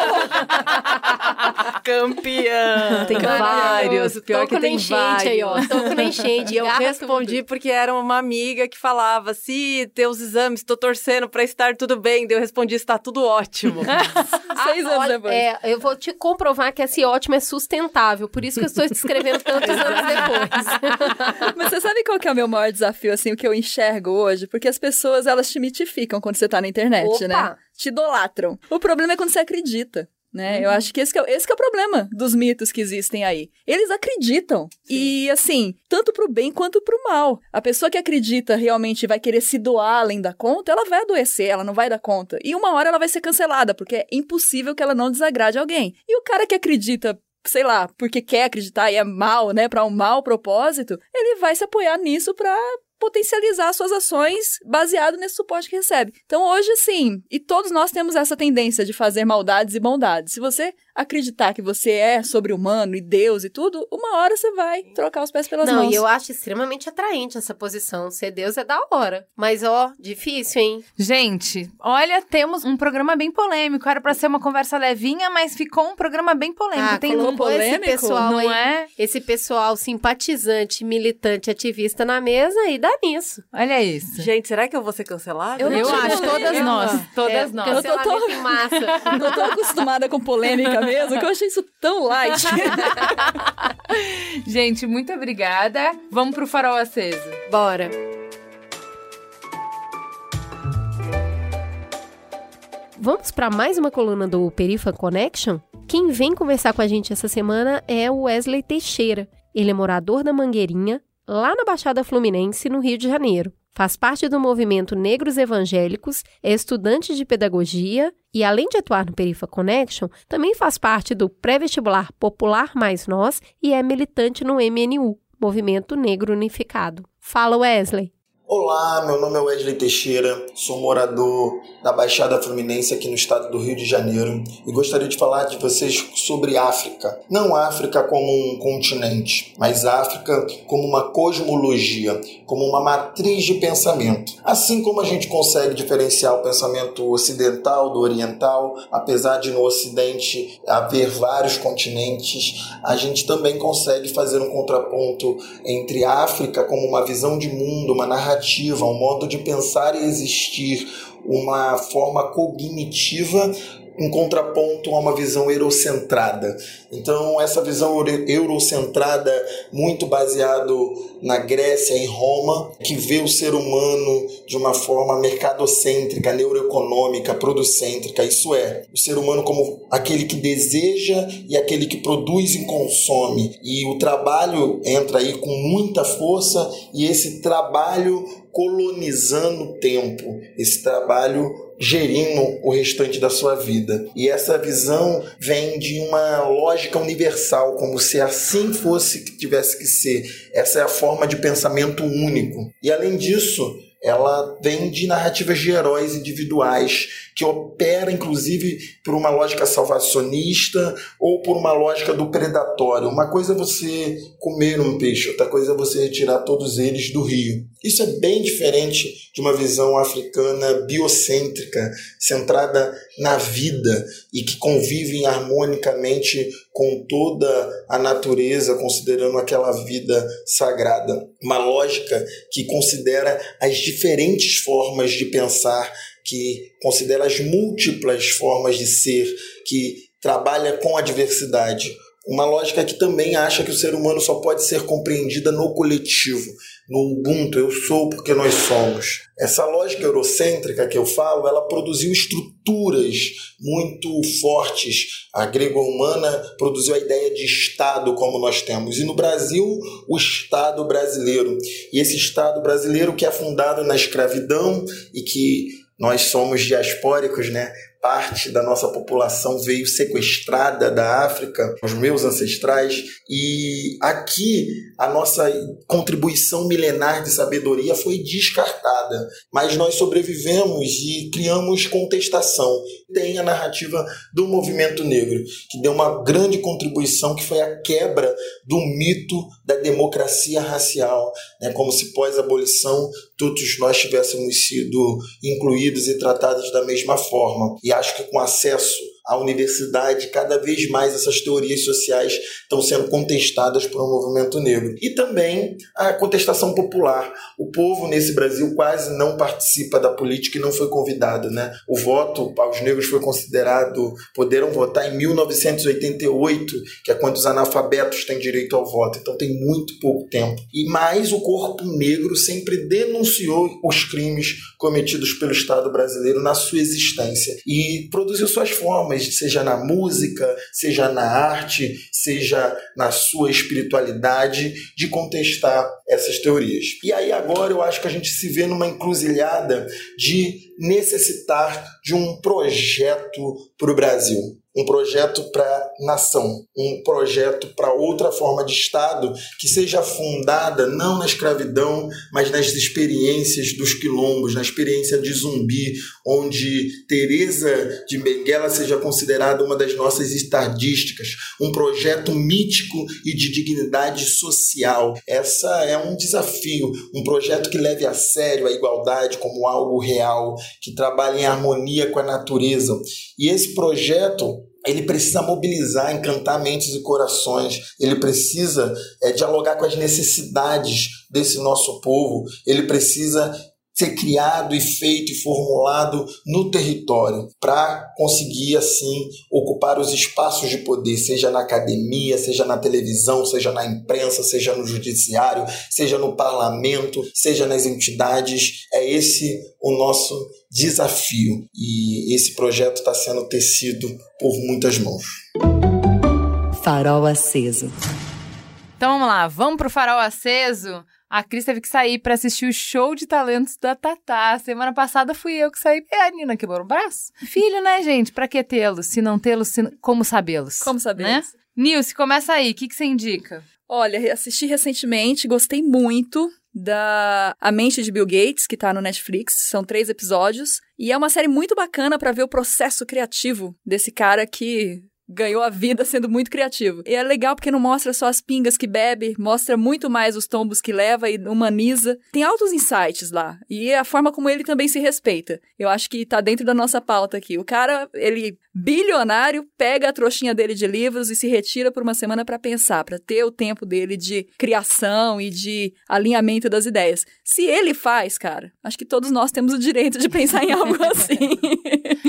Campeã! Tem vários, pior Tô que com tem enchente vários. aí, ó. Tô com enchente. E eu garra respondi tudo. porque era uma amiga que falava, se teus exames, tô torcendo pra estar tudo bem. Daí eu respondi, está tudo ótimo. Seis Ah, anos olha, depois. é, eu vou te comprovar que esse ótimo é sustentável. Por isso que eu estou te escrevendo tantos anos depois. Mas você sabe qual que é o meu maior desafio, assim, o que eu enxergo hoje? Porque as pessoas, elas te mitificam quando você tá na internet, Opa! né? Te idolatram. O problema é quando você acredita. Né? Uhum. Eu acho que esse que, é, esse que é o problema dos mitos que existem aí. Eles acreditam. Sim. E, assim, tanto pro bem quanto pro mal. A pessoa que acredita realmente vai querer se doar além da conta, ela vai adoecer, ela não vai dar conta. E uma hora ela vai ser cancelada, porque é impossível que ela não desagrade alguém. E o cara que acredita, sei lá, porque quer acreditar e é mal, né, pra um mau propósito, ele vai se apoiar nisso pra potencializar suas ações baseado nesse suporte que recebe. Então, hoje, assim, e todos nós temos essa tendência de fazer maldades e bondades. Se você acreditar que você é sobre-humano e Deus e tudo, uma hora você vai trocar os pés pelas Não, mãos. Não, e eu acho extremamente atraente essa posição. Ser Deus é da hora. Mas, ó, difícil, hein? Gente, olha, temos um programa bem polêmico. Era pra ser uma conversa levinha, mas ficou um programa bem polêmico. Ah, Tem colocou um polêmico, esse pessoal não aí, é? Esse pessoal simpatizante, militante, ativista na mesa e dá nisso. Olha isso. Gente, será que eu vou ser cancelada? Eu, eu não acho, todas nós. Todas é, nós. Eu tô tão- em massa. Eu tô acostumada com polêmica mesmo, que eu achei isso tão light. Gente, muito obrigada. Vamos pro Farol Aceso. Bora. Vamos para mais uma coluna do Perifa Connection? Quem vem conversar com a gente essa semana é o Wesley Teixeira. Ele é morador da Mangueirinha, lá na Baixada Fluminense, no Rio de Janeiro. Faz parte do movimento Negros Evangélicos, é estudante de pedagogia e, além de atuar no Perifa Connection, também faz parte do pré-vestibular Popular Mais Nós e é militante no M N U, Movimento Negro Unificado. Fala, Wesley! Olá, meu nome é Wesley Teixeira, sou morador da Baixada Fluminense aqui no estado do Rio de Janeiro e gostaria de falar de vocês sobre África. Não África como um continente, mas África como uma cosmologia, como uma matriz de pensamento. Assim como a gente consegue diferenciar o pensamento ocidental do oriental, apesar de no Ocidente haver vários continentes, a gente também consegue fazer um contraponto entre a África como uma visão de mundo, uma narrativa, um modo de pensar e existir, uma forma cognitiva em contraponto a uma visão eurocentrada. Então, essa visão eurocentrada, muito baseado na Grécia e em Roma, que vê o ser humano de uma forma mercadocêntrica, neuroeconômica, producêntrica, isso é, o ser humano como aquele que deseja e aquele que produz e consome. E o trabalho entra aí com muita força, e esse trabalho colonizando o tempo, esse trabalho gerindo o restante da sua vida. E essa visão vem de uma lógica universal, como se assim fosse que tivesse que ser. Essa é a forma de pensamento único. E além disso, ela vem de narrativas de heróis individuais, que opera inclusive por uma lógica salvacionista ou por uma lógica do predatório. Uma coisa é você comer um peixe, outra coisa é você retirar todos eles do rio. Isso é bem diferente de uma visão africana biocêntrica, centrada na vida e que convive harmonicamente com toda a natureza, considerando aquela vida sagrada. Uma lógica que considera as diferentes formas de pensar, que considera as múltiplas formas de ser, que trabalha com a diversidade. Uma lógica que também acha que o ser humano só pode ser compreendida no coletivo, no Ubuntu, eu sou porque nós somos. Essa lógica eurocêntrica que eu falo, ela produziu estruturas muito fortes. A grego-romana produziu a ideia de Estado como nós temos. E no Brasil, o Estado brasileiro. E esse Estado brasileiro que é fundado na escravidão e que nós somos diaspóricos, né? Parte da nossa população veio sequestrada da África, os meus ancestrais, e aqui a nossa contribuição milenar de sabedoria foi descartada, mas nós sobrevivemos e criamos contestação. Tem a narrativa do movimento negro, que deu uma grande contribuição, que foi a quebra do mito da democracia racial, né? Como se pós-abolição todos nós tivéssemos sido incluídos e tratados da mesma forma. E acho que com acesso à universidade, cada vez mais essas teorias sociais estão sendo contestadas por um movimento negro. E também a contestação popular. O povo nesse Brasil quase não participa da política e não foi convidado, né? O voto aos negros foi considerado, poderam votar em mil novecentos e oitenta e oito, que é quando os analfabetos têm direito ao voto. Então tem muito pouco tempo. E mais o corpo negro sempre denunciou os crimes cometidos pelo Estado brasileiro na sua existência e produziu suas formas, seja na música, seja na arte, seja na sua espiritualidade, de contestar essas teorias. E aí agora eu acho que a gente se vê numa encruzilhada de necessitar de um projeto para o Brasil. Um projeto para a nação, um projeto para outra forma de Estado que seja fundada não na escravidão, mas nas experiências dos quilombos, na experiência de Zumbi, onde Teresa de Benguela seja considerada uma das nossas estadísticas, um projeto mítico e de dignidade social. Essa é um desafio, um projeto que leve a sério a igualdade como algo real, que trabalhe em harmonia com a natureza. E esse projeto, ele precisa mobilizar, encantar mentes e corações, ele precisa é, dialogar com as necessidades desse nosso povo, ele precisa ser criado e feito e formulado no território para conseguir, assim, ocupar os espaços de poder, seja na academia, seja na televisão, seja na imprensa, seja no judiciário, seja no parlamento, seja nas entidades. É esse o nosso desafio e esse projeto está sendo tecido por muitas mãos. Farol aceso. Então vamos lá, vamos pro Farol Aceso? A Cris teve que sair pra assistir o show de talentos da Tatá. Semana passada fui eu que saí. É, a Nina quebrou o braço. Filho, né, gente? Pra que tê-los? Se não tê-los, se... como sabê-los? Como sabê-los? Né? Nilce, começa aí. O que, que você indica? Olha, assisti recentemente, gostei muito da A Mente de Bill Gates, que tá no Netflix. São três episódios. E é uma série muito bacana pra ver o processo criativo desse cara que ganhou a vida sendo muito criativo. E é legal porque não mostra só as pingas que bebe, mostra muito mais os tombos que leva e humaniza. Tem altos insights lá. E a forma como ele também se respeita. Eu acho que tá dentro da nossa pauta aqui. O cara, ele, bilionário, pega a trouxinha dele de livros e se retira por uma semana pra pensar, pra ter o tempo dele de criação e de alinhamento das ideias. Se ele faz, cara, acho que todos nós temos o direito de pensar em algo assim.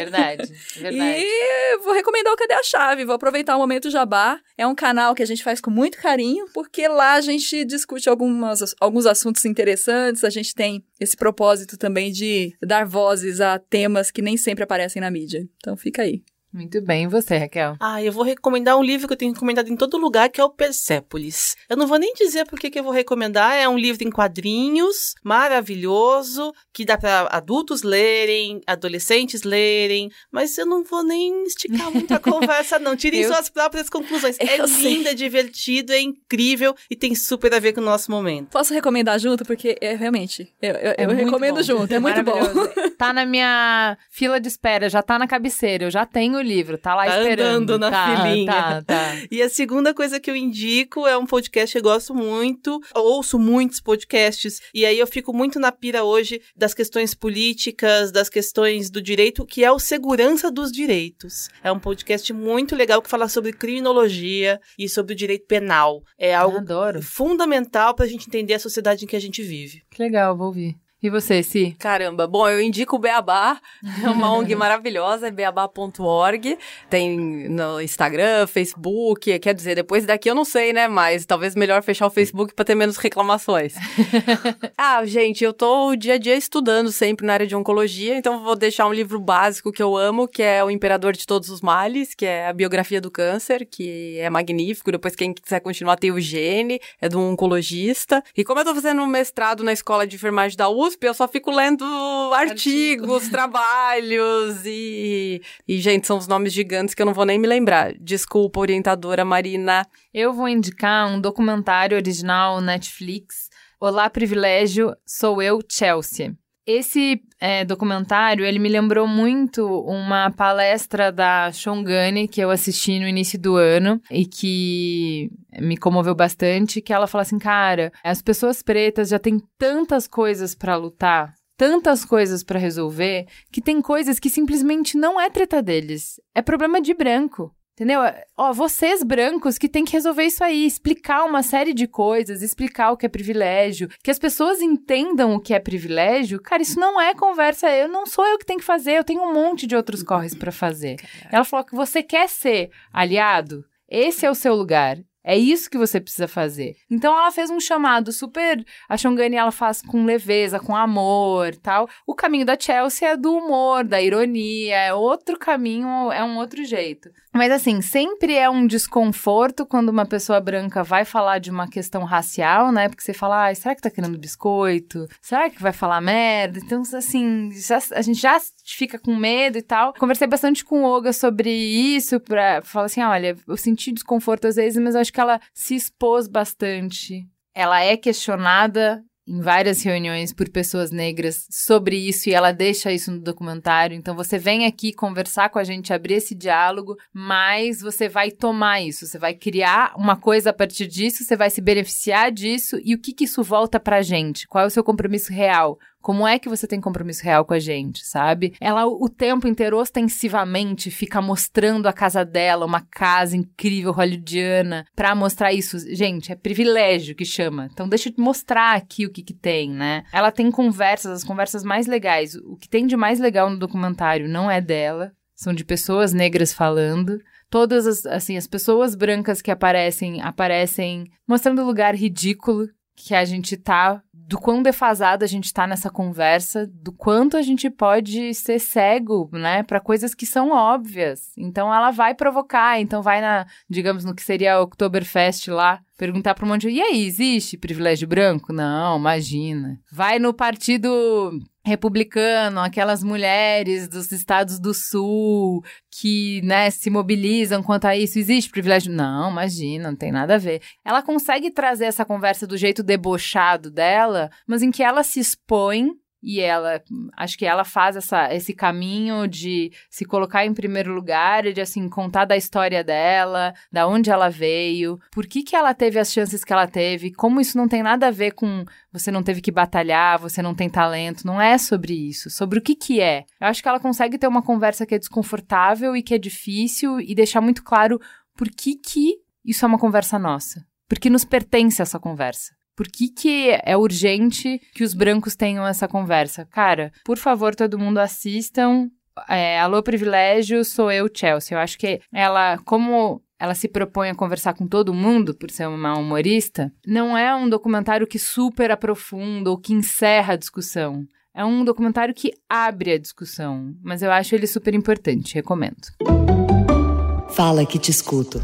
verdade, verdade. E vou recomendar o Cadê a Chave? Vou aproveitar o momento jabá. É um canal que a gente faz com muito carinho, porque lá a gente discute algumas, alguns assuntos interessantes, a gente tem esse propósito também de dar vozes a temas que nem sempre aparecem na mídia. Então fica aí. Muito bem, e você, Raquel? Ah, eu vou recomendar um livro que eu tenho recomendado em todo lugar, que é o Persépolis. Eu não vou nem dizer por que que eu vou recomendar, é um livro em quadrinhos, maravilhoso, que dá para adultos lerem, adolescentes lerem, mas eu não vou nem esticar muito a conversa, não. Tirem eu... suas próprias conclusões. É lindo, é divertido, é incrível e tem super a ver com o nosso momento. Posso recomendar junto? Porque, é, realmente, eu, eu, é eu recomendo bom. junto, é muito bom. Tá na minha fila de espera, já tá na cabeceira, eu já tenho o livro, tá lá tá esperando. Andando na tá, filinha. Tá, tá. E a segunda coisa que eu indico é um podcast que eu gosto muito, eu ouço muitos podcasts, e aí eu fico muito na pira hoje das questões políticas, das questões do direito, que é o Segurança dos Direitos. É um podcast muito legal que fala sobre criminologia e sobre o direito penal. É algo Adoro. fundamental pra gente entender a sociedade em que a gente vive. Que legal, vou ouvir. E você, Si? Caramba, bom, eu indico o Beabá, é uma O N G maravilhosa, é beabá ponto org, tem no Instagram, Facebook, quer dizer, depois daqui eu não sei, né, mas talvez melhor fechar o Facebook pra ter menos reclamações. Ah, gente, eu tô o dia a dia estudando sempre na área de oncologia, então vou deixar um livro básico que eu amo, que é O Imperador de Todos os Males, que é a biografia do câncer, que é magnífico, depois quem quiser continuar tem o Gene, é de um oncologista, e como eu tô fazendo um mestrado na Escola de Enfermagem da U S P, eu só fico lendo artigos, Artigo. trabalhos e... E, gente, são os nomes gigantes que eu não vou nem me lembrar. Desculpa, orientadora Marina. Eu vou indicar um documentário original Netflix, Olá, Privilégio, Sou Eu, Chelsea. Esse é, documentário, ele me lembrou muito uma palestra da Shongani, que eu assisti no início do ano, e que me comoveu bastante, que ela fala assim, cara, as pessoas pretas já têm tantas coisas pra lutar, tantas coisas pra resolver, que tem coisas que simplesmente não é treta deles, é problema de branco. Entendeu? Ó, vocês brancos que tem que resolver isso aí, explicar uma série de coisas, explicar o que é privilégio, que as pessoas entendam o que é privilégio. Cara, isso não é conversa, eu não sou eu que tenho que fazer, eu tenho um monte de outros corres pra fazer. Ela falou que você quer ser aliado, esse é o seu lugar. É isso que você precisa fazer. Então, ela fez um chamado super... A Shongani, ela faz com leveza, com amor e tal. O caminho da Chelsea é do humor, da ironia. É outro caminho, é um outro jeito. Mas, assim, sempre é um desconforto quando uma pessoa branca vai falar de uma questão racial, né? Porque você fala, ah, será que tá querendo biscoito? Será que vai falar merda? Então, assim, já, a gente já fica com medo e tal. Conversei bastante com o Olga sobre isso, pra falar assim, olha, eu senti desconforto às vezes, mas eu acho que ela se expôs bastante. Ela é questionada em várias reuniões por pessoas negras sobre isso e ela deixa isso no documentário. Então, você vem aqui conversar com a gente, abrir esse diálogo, mas você vai tomar isso, você vai criar uma coisa a partir disso, você vai se beneficiar disso e o que que isso volta pra gente? Qual é o seu compromisso real? Como é que você tem compromisso real com a gente, sabe? Ela, o tempo inteiro, ostensivamente, fica mostrando a casa dela, uma casa incrível, hollywoodiana, pra mostrar isso. Gente, é privilégio que chama. Então, deixa eu te mostrar aqui o que que tem, né? Ela tem conversas, as conversas mais legais. O que tem de mais legal no documentário não é dela, são de pessoas negras falando. Todas as, assim, as pessoas brancas que aparecem, aparecem mostrando o lugar ridículo que a gente tá, do quão defasado a gente tá nessa conversa, do quanto a gente pode ser cego, né, para coisas que são óbvias. Então, ela vai provocar, então vai na, digamos, no que seria a Oktoberfest lá, perguntar para um monte de... E aí, existe privilégio branco? Não, imagina. Vai no partido republicano, aquelas mulheres dos estados do sul que, né, se mobilizam quanto a isso. Existe privilégio? Não, imagina, não tem nada a ver. Ela consegue trazer essa conversa do jeito debochado dela, mas em que ela se expõe e ela, acho que ela faz essa, esse caminho de se colocar em primeiro lugar e de, assim, contar da história dela, da onde ela veio, por que que ela teve as chances que ela teve, como isso não tem nada a ver com você não teve que batalhar, você não tem talento, não é sobre isso, sobre o que que é. Eu acho que ela consegue ter uma conversa que é desconfortável e que é difícil e deixar muito claro por que que isso é uma conversa nossa, porque nos pertence essa conversa. Por que que é urgente que os brancos tenham essa conversa? Cara, por favor, todo mundo assistam é, Alô Privilégio, sou eu, Chelsea. Eu acho que ela, como ela se propõe a conversar com todo mundo, por ser uma humorista, não é um documentário que super aprofunda ou que encerra a discussão. É um documentário que abre a discussão, mas eu acho ele super importante, recomendo. Fala que te escuto.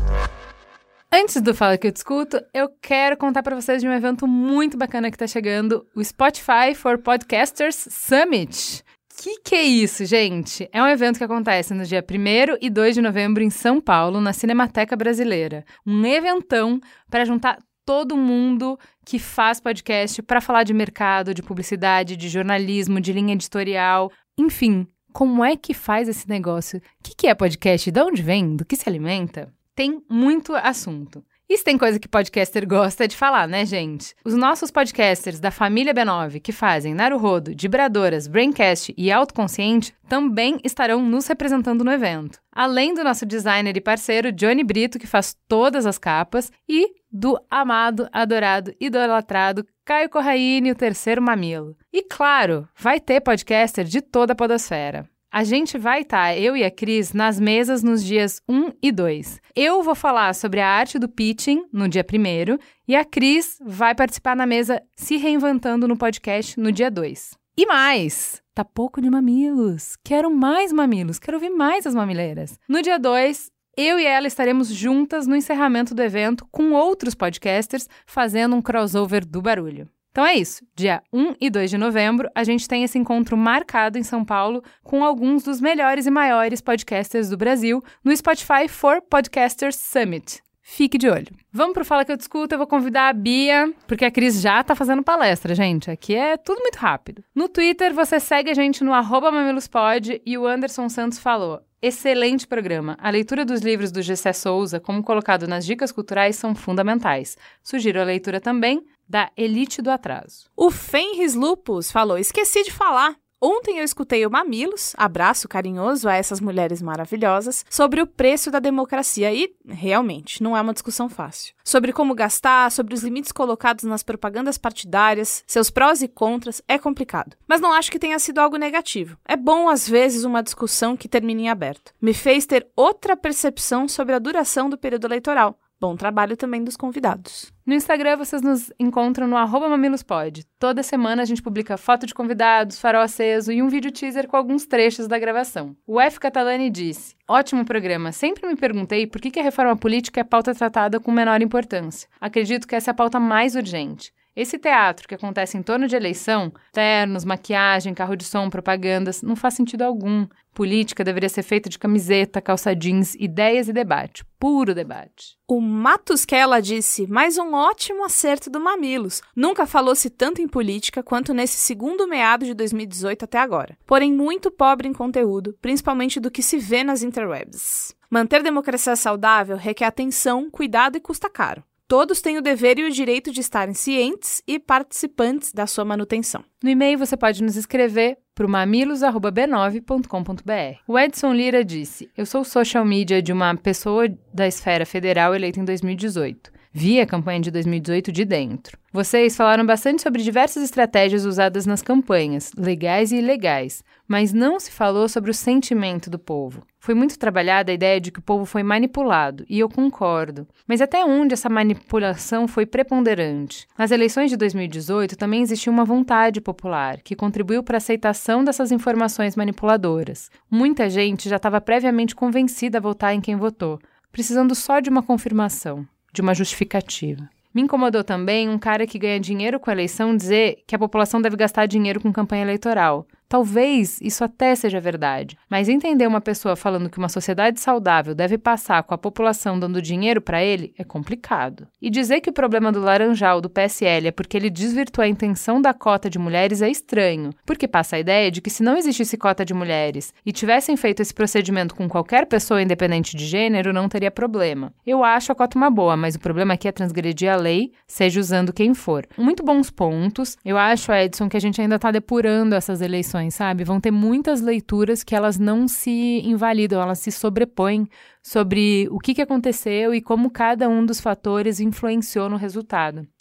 Antes do Fala que eu te escuto, eu quero contar para vocês de um evento muito bacana que tá chegando, o Spotify for Podcasters Summit. Que que é isso, gente? É um evento que acontece no dia primeiro e dois de novembro em São Paulo, na Cinemateca Brasileira. Um eventão para juntar todo mundo que faz podcast para falar de mercado, de publicidade, de jornalismo, de linha editorial, enfim. Como é que faz esse negócio? O que que é podcast? De onde vem? Do que se alimenta? Tem muito assunto. E se tem coisa que podcaster gosta de falar, né, gente? Os nossos podcasters da família B nove, que fazem Naruhodo, Vibradoras, Braincast e Autoconsciente, também estarão nos representando no evento. Além do nosso designer e parceiro, Johnny Brito, que faz todas as capas, e do amado, adorado, idolatrado Caio Corraine, o terceiro mamilo. E claro, vai ter podcaster de toda a podosfera. A gente vai estar, eu e a Cris, nas mesas nos dias um e dois. Eu vou falar sobre a arte do pitching no dia primeiro e a Cris vai participar na mesa Se Reinventando no podcast no dia dois. E mais! Tá pouco de mamilos. Quero mais mamilos. Quero ouvir mais as mamileiras. No dia dois, eu e ela estaremos juntas no encerramento do evento com outros podcasters fazendo um crossover do barulho. Então é isso, dia um e dois de novembro, a gente tem esse encontro marcado em São Paulo com alguns dos melhores e maiores podcasters do Brasil no Spotify for Podcasters Summit. Fique de olho. Vamos pro Fala que eu discuto, eu vou convidar a Bia, porque a Cris já tá fazendo palestra, gente. Aqui é tudo muito rápido. No Twitter, você segue a gente no arroba mamilospod e o Anderson Santos falou: excelente programa. A leitura dos livros do Gessé Souza, como colocado nas dicas culturais, são fundamentais. Sugiro a leitura também da Elite do Atraso. O Fenris Lupus falou: esqueci de falar. Ontem eu escutei o Mamilos, abraço carinhoso a essas mulheres maravilhosas, sobre o preço da democracia e, realmente, não é uma discussão fácil. Sobre como gastar, sobre os limites colocados nas propagandas partidárias, seus prós e contras, é complicado. Mas não acho que tenha sido algo negativo. É bom, às vezes, uma discussão que termine em aberto. Me fez ter outra percepção sobre a duração do período eleitoral. Bom trabalho também dos convidados. No Instagram, vocês nos encontram no arroba mamilospod. Toda semana a gente publica foto de convidados, farol aceso e um vídeo teaser com alguns trechos da gravação. O F. Catalani disse: ótimo programa. Sempre me perguntei por que que a reforma política é pauta tratada com menor importância. Acredito que essa é a pauta mais urgente. Esse teatro que acontece em torno de eleição, ternos, maquiagem, carro de som, propagandas, não faz sentido algum. Política deveria ser feita de camiseta, calça jeans, ideias e debate. Puro debate. O Matusquela disse: mais um ótimo acerto do Mamilos. Nunca falou-se tanto em política quanto nesse segundo meado de dois mil e dezoito até agora. Porém, muito pobre em conteúdo, principalmente do que se vê nas interwebs. Manter democracia saudável requer atenção, cuidado e custa caro. Todos têm o dever e o direito de estarem cientes e participantes da sua manutenção. No e-mail você pode nos escrever para o mamilos arroba b nove ponto com ponto b r. O Edson Lira disse: eu sou social media de uma pessoa da esfera federal eleita em dois mil e dezoito. Vi a campanha de dois mil e dezoito de dentro. Vocês falaram bastante sobre diversas estratégias usadas nas campanhas, legais e ilegais, mas não se falou sobre o sentimento do povo. Foi muito trabalhada a ideia de que o povo foi manipulado, e eu concordo. Mas até onde essa manipulação foi preponderante? Nas eleições de dois mil e dezoito também existiu uma vontade popular, que contribuiu para a aceitação dessas informações manipuladoras. Muita gente já estava previamente convencida a votar em quem votou, precisando só de uma confirmação, de uma justificativa. Me incomodou também um cara que ganha dinheiro com a eleição dizer que a população deve gastar dinheiro com campanha eleitoral. Talvez isso até seja verdade, mas entender uma pessoa falando que uma sociedade saudável deve passar com a população dando dinheiro para ele é complicado. E dizer que o problema do Laranjal do P S L é porque ele desvirtuou a intenção da cota de mulheres é estranho, porque passa a ideia de que se não existisse cota de mulheres e tivessem feito esse procedimento com qualquer pessoa independente de gênero, não teria problema. Eu acho a cota uma boa, mas o problema aqui é transgredir a lei, seja usando quem for. Muito bons pontos. Eu acho, Edson, que a gente ainda está depurando essas eleições, sabe? Vão ter muitas leituras que elas não se invalidam, elas se sobrepõem sobre o que, que aconteceu e como cada um dos fatores influenciou no resultado.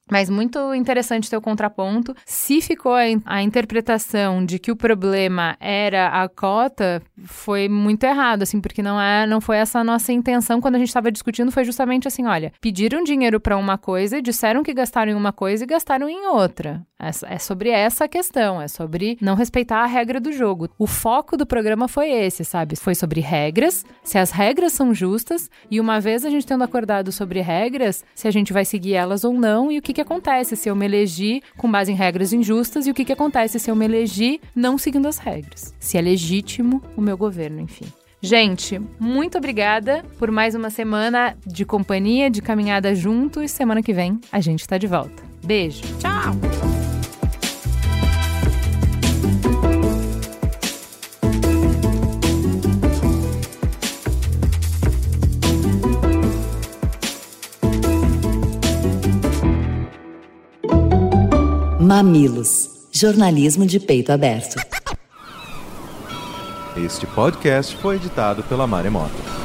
Mas muito interessante ter o contraponto. Se ficou a, a interpretação de que o problema era a cota, foi muito errado, assim, porque não, é, não foi essa a nossa intenção quando a gente estava discutindo, foi justamente assim, olha, pediram dinheiro para uma coisa e disseram que gastaram em uma coisa e gastaram em outra. É, é sobre essa questão, é sobre não respeitar a regra do jogo. O foco do programa foi esse, sabe? Foi sobre regras, se as regras são justas, e uma vez a gente tendo acordado sobre regras, se a gente vai seguir elas ou não, e o que, que acontece se eu me elegi com base em regras injustas, e o que, que acontece se eu me elegi não seguindo as regras. Se é legítimo o meu governo, enfim. Gente, muito obrigada por mais uma semana de companhia, de caminhada junto, e semana que vem a gente tá de volta. Beijo! Tchau! Mamilos, jornalismo de peito aberto. Este podcast foi editado pela Maremoto.